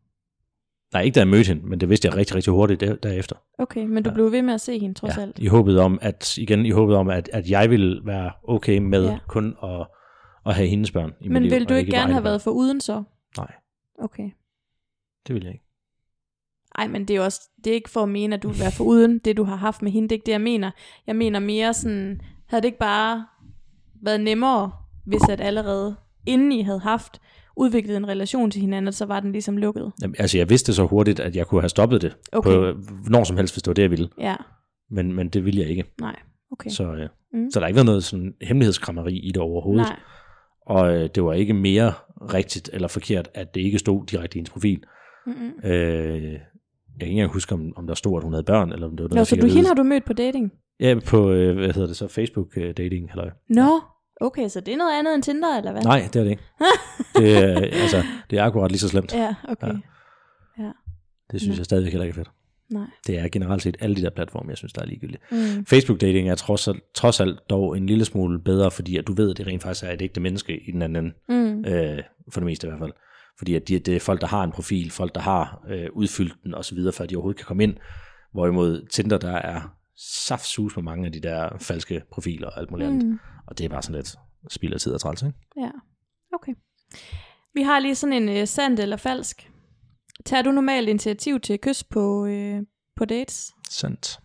Nej, ikke da jeg mødte hende, men det vidste jeg rigtig, rigtig hurtigt der, derefter. Okay, men du ja. blev ved med at se hende trods ja, alt? i håbet om, at, igen, i håbet om, at, at jeg ville være okay med ja. kun at, at have hendes børn i men mit liv. Men ville du ikke gerne have børn. været for uden så? Nej. Okay. Det vil jeg ikke. Ej, men det er også, det er ikke for at mene, at du vil være for uden det, du har haft med hende. Det er ikke det, jeg mener. Jeg mener mere sådan, havde det ikke bare været nemmere, hvis at allerede inden I havde haft udviklet en relation til hinanden, så var den ligesom lukket? Jamen, altså, jeg vidste så hurtigt, at jeg kunne have stoppet det. Okay. På når som helst, hvis det var det, jeg ville. Ja. Men, men det ville jeg ikke. Nej, okay. Så, ja. mm. så der har ikke været noget sådan hemmelighedskrammeri i det overhovedet. Nej. Og øh, det var ikke mere rigtigt eller forkert, at det ikke stod direkte i hendes profil. Mm-hmm. Øh, jeg kan ikke engang huske, om, om der stod, at hun havde børn, eller om det var noget, Nå, så du hende har du mødt på dating? Ja, på, øh, hvad hedder det så, Facebook-dating, halløj. Nå, okay, så det er noget andet end Tinder, eller hvad? Nej, det er det ikke. det, er, altså, det er akkurat lige så slemt. Ja, okay. Ja. Ja. Det synes Nå. jeg stadigvæk heller ikke er fedt. Nej. Det er generelt set alle de der platforme, jeg synes, der er ligegyldigt. Mm. Facebook-dating er trods, trods alt dog en lille smule bedre, fordi at du ved, at det rent faktisk er et ægte menneske i den anden, mm. øh, for det meste i hvert fald. Fordi at de, det er folk, der har en profil, folk, der har øh, udfyldt den osv., for at de overhovedet kan komme ind. Hvorimod Tinder, der er saftsus med mange af de der falske profiler og alt muligt andet. Mm. Og det er bare sådan lidt spild af tid og træls, ikke? Ja, okay. Vi har lige sådan en øh, sandt eller falsk. Tager du normalt initiativ til at kysse på, øh, på dates? Sandt.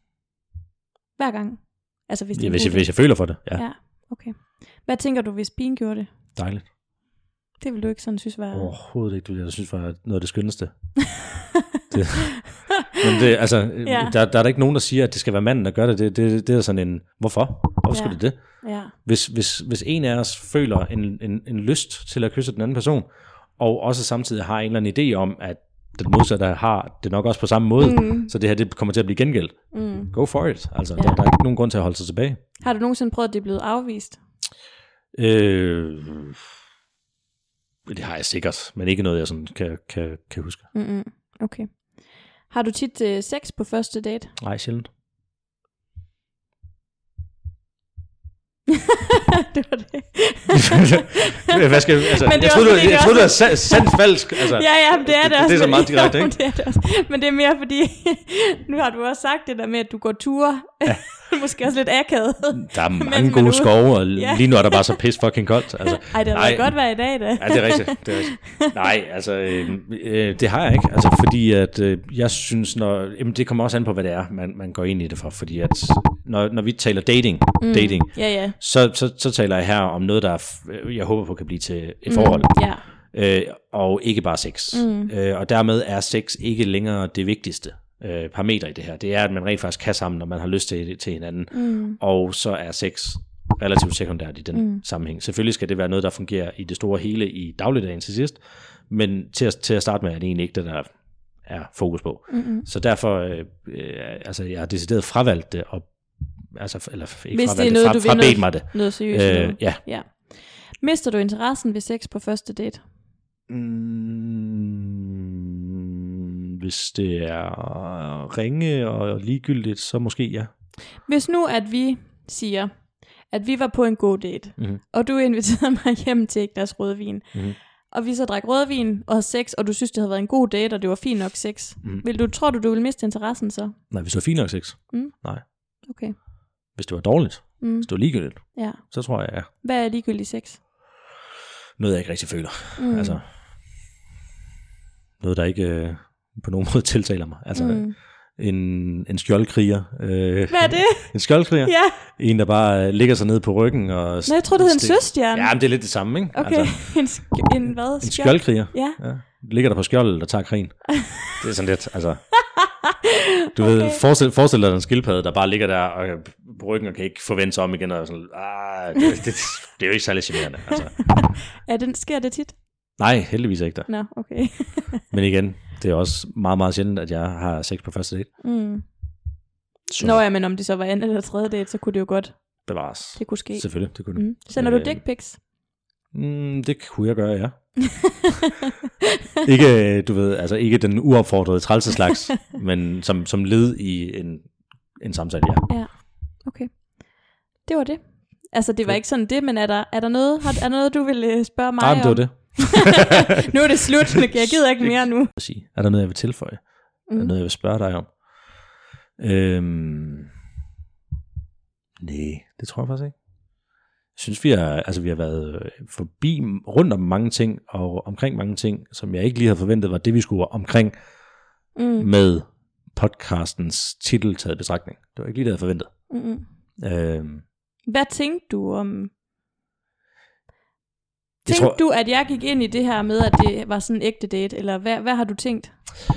Hver gang? Altså hvis, det ja, hvis, jeg, hvis jeg føler for det, ja. Ja, okay. Hvad tænker du, hvis pigen gjorde det? Dejligt. Det vil du ikke sådan synes var... Overhovedet ikke. Det vil jeg synes var noget af det skønneste. det. Men det, altså, ja. der, der er der ikke nogen, der siger, at det skal være manden, der gør det. Det, det, det er sådan en, hvorfor? Hvorfor skal ja. det det? Ja. Hvis, hvis, hvis en af os føler en, en, en lyst til at kysse den anden person, og også samtidig har en eller anden idé om, at den modsatte har det nok også på samme måde, mm. så det her det kommer til at blive gengældt. Mm. Go for it. Altså, ja. der, der er ikke nogen grund til at holde sig tilbage. Har du nogensinde prøvet, at det er blevet afvist? Øh, det har jeg sikkert, men ikke noget, jeg sådan kan, kan, kan huske. Mm-mm. Okay. Har du tit uh, sex på første date? Nej, sjældent. Det var det. Hvad skal, altså, men det jeg troede, du, jeg troede, det var sandt falsk. Altså, ja, ja, det er det, det også. Det er så meget direkte, ikke? Det er det også. Men det er mere fordi, nu har du også sagt det der med, at du går ture. Ja. Måske også lidt akavet. Der er mange gode skove, og ja. lige nu er der bare så pis fucking koldt. Altså, ej, det har været godt være i dag, da. Ja, det er rigtigt. Det er rigtigt. Nej, altså, øh, øh, det har jeg ikke. Altså, fordi at, øh, jeg synes, når, jamen, det kommer også an på, hvad det er, man, man går ind i det for. Fordi at, når, når vi taler dating, mm. dating ja, ja. Så, så, så taler jeg her om noget, der jeg håber på kan blive til et forhold. Mm. Ja. Øh, og ikke bare sex. Mm. Øh, og dermed er sex ikke længere det vigtigste øh, parameter i det her. Det er, at man rent faktisk kan sammen, når man har lyst til, til hinanden. Mm. Og så er sex relativt sekundært i den mm. sammenhæng. Selvfølgelig skal det være noget, der fungerer i det store hele i dagligdagen til sidst, men til at, til at starte med er det egentlig ikke det, der er fokus på. Mm-hmm. Så derfor, øh, øh, altså jeg har decideret fravalgt det, og, altså, eller ikke hvis fravalgt det er noget, det, fra, du vil frabedt mig det. Noget seriøst. Øh, ja. ja. Mister du interessen ved sex på første date? Mm, hvis det er ringe og ligegyldigt, så måske ja. Hvis nu, at vi siger, at vi var på en god date, mm-hmm. og du inviterede mig hjem til et glas rødvin, mm-hmm. og vi så drak rødvin og havde sex, og du synes, det havde været en god date, og det var fint nok sex, mm-hmm. vil du, tror du, du vil miste interessen så? Nej, hvis det var fint nok sex? Mm. Nej. Okay. Hvis det var dårligt, mm. hvis det var ligegyldigt, ja. så tror jeg ja. Hvad er ligegyldigt sex? Noget, jeg ikke rigtig føler. Mm. Altså, noget, der ikke øh, på nogen måde tiltaler mig. Altså, mm. en, en skjoldkriger. Øh, Hvad er det? En skjoldkriger? Ja. En, der bare ligger sig ned på ryggen. Og nej, jeg tror, det hedder en søstjerne. Ja, men det er lidt det samme, ikke? Okay, altså, en, sk- en hvad? En skjoldkriger. Ja. ja. Ligger der på skjoldet og tager krigen. Det er sådan lidt, altså... Du okay. ved, forestil, forestil dig en skildpadde, der bare ligger der og, på ryggen og kan ikke forvente sig om igen, og sådan, ah, det, det, det er jo ikke særlig generende. Altså. Er det, sker det tit? Nej, heldigvis ikke der. Nå, okay. Men igen, det er også meget, meget sjældent, at jeg har sex på første date. Mm. Nå ja, men om det så var anden eller tredje date, så kunne det jo godt bevares. Det kunne ske. Selvfølgelig, det kunne det. Mm. Sender du dick pics? Mm, det kunne jeg gøre, ja. Ikke, du ved, altså ikke den uopfordrede trælseslags, men som, som led i en, en samtale, ja. Ja, okay. Det var det. Altså, det var ikke sådan det, men er der, er der noget, har, er der noget, du vil spørge mig om? Nej, det var det. Nu er det slut, jeg gider ikke mere nu. Er der noget, jeg vil tilføje? Mm. Er der noget, jeg vil spørge dig om? Øhm... Nej, det tror jeg faktisk ikke. Jeg synes, vi har, altså, vi har været forbi rundt om mange ting, og omkring mange ting, som jeg ikke lige havde forventet, var det, vi skulle omkring mm. med podcastens titel taget betragtning. Det var ikke lige det, jeg havde forventet. Mm-hmm. Øhm, Hvad tænkte du om... Tænkte tror... du, at jeg gik ind i det her med, at det var sådan en ægte date, eller hvad, hvad har du tænkt?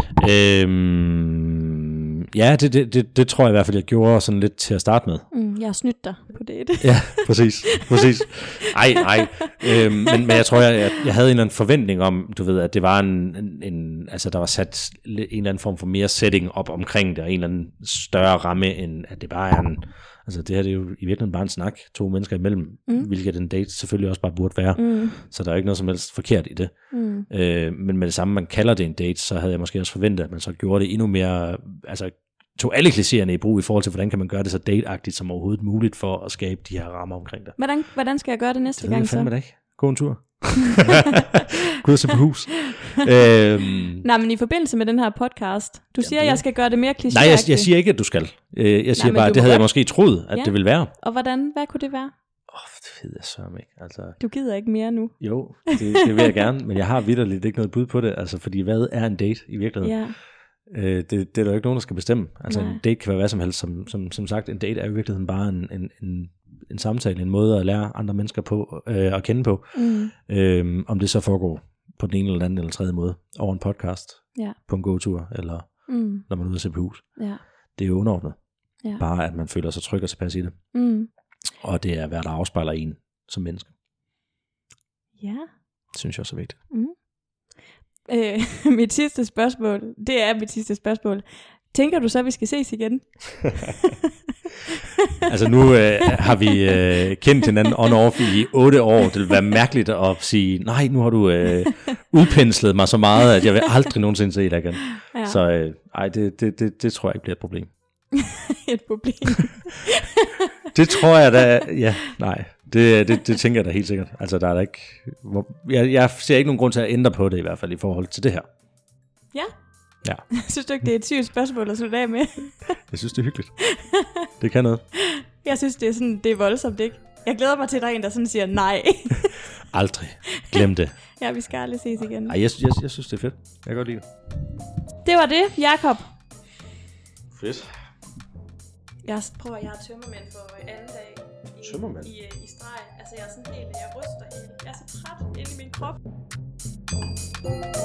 Øhm, ja, det, det, det, det tror jeg i hvert fald, jeg gjorde sådan lidt til at starte med. Mm, jeg har snydt dig på date. Ja, præcis. præcis. Ej, ej. Øhm, men, men jeg tror, jeg, jeg, jeg havde en eller anden forventning om, du ved, at det var en, en, en, altså der var sat en eller anden form for mere setting op omkring det, og en eller anden større ramme, end at det bare er en... Altså det her det er jo i virkeligheden bare en snak, to mennesker imellem, mm. hvilket en date selvfølgelig også bare burde være. Mm. Så der er ikke noget som helst forkert i det. Mm. Øh, men med det samme, man kalder det en date, så havde jeg måske også forventet, at man så gjorde det endnu mere, altså tog alle klichéerne i brug i forhold til, hvordan kan man gøre det så date-agtigt som overhovedet muligt for at skabe de her rammer omkring det. Hvordan, hvordan skal jeg gøre det næste det gang så? Det ved jeg ikke. Gå en tur. Gå ud og se på hus. øhm, Nej, men i forbindelse med den her podcast, du siger, at jeg skal gøre det mere klichéagtigt. Nej, jeg, jeg siger ikke, at du skal. Jeg siger Nej, bare, at det havde godt. Jeg måske troet, at ja. det ville være. Og hvordan? Hvad kunne det være? Åh, oh, det ved jeg sørme ikke. Altså, du gider ikke mere nu. Jo, det, det vil jeg gerne, men jeg har vitterligt ikke noget bud på det. Altså, fordi hvad er en date i virkeligheden? Ja. Øh, det, det er der jo ikke nogen, der skal bestemme. Altså, Nej. En date kan være hvad som helst. Som, som, som sagt, en date er i virkeligheden bare en, en, en en samtale, en måde at lære andre mennesker på øh, at kende på, mm. øhm, om det så foregår på den ene eller anden eller tredje måde, over en podcast, ja. På en gåtur, eller mm. når man er ude at se på hus. Ja. Det er jo underordnet. Ja. Bare at man føler sig tryg og tilpas i det. Mm. Og det er hvad der afspejler en som menneske. Ja. Det synes jeg også er vigtigt. Mm. Øh, mit sidste spørgsmål, det er mit sidste spørgsmål. Tænker du så, at vi skal ses igen? Altså nu øh, har vi øh, kendt hinanden on-off i otte år. Det vil være mærkeligt at sige, nej, nu har du øh, udpenslet mig så meget, at jeg vil aldrig nogensinde se dig igen. Ja. Så øh, ej, det, det, det, det tror jeg ikke bliver et problem. Et problem? Det tror jeg da, ja, nej. Det, det, det tænker jeg da helt sikkert. Altså der er der ikke, hvor, jeg, jeg ser ikke nogen grund til at ændre på det i hvert fald i forhold til det her. Ja. Ja. Synes du ikke, det er et sygt spørgsmål at slutte af med? Jeg synes, det er hyggeligt. Det kan noget. Jeg synes, det er, sådan, det er voldsomt, ikke? Jeg glæder mig til, at der er en, der sådan siger nej. Aldrig. Glem det. Ja, vi skal aldrig ses igen. Ej, jeg, jeg, jeg synes, det er fedt. Jeg kan godt lide det. Det var det, Jakob. Fedt. Jeg prøver, jeg har tømmermænd for anden dag i, Tømmermænd? i, i, i streg. Altså, jeg er sådan helt, jeg ryster helt. Jeg er så træt inde i min krop.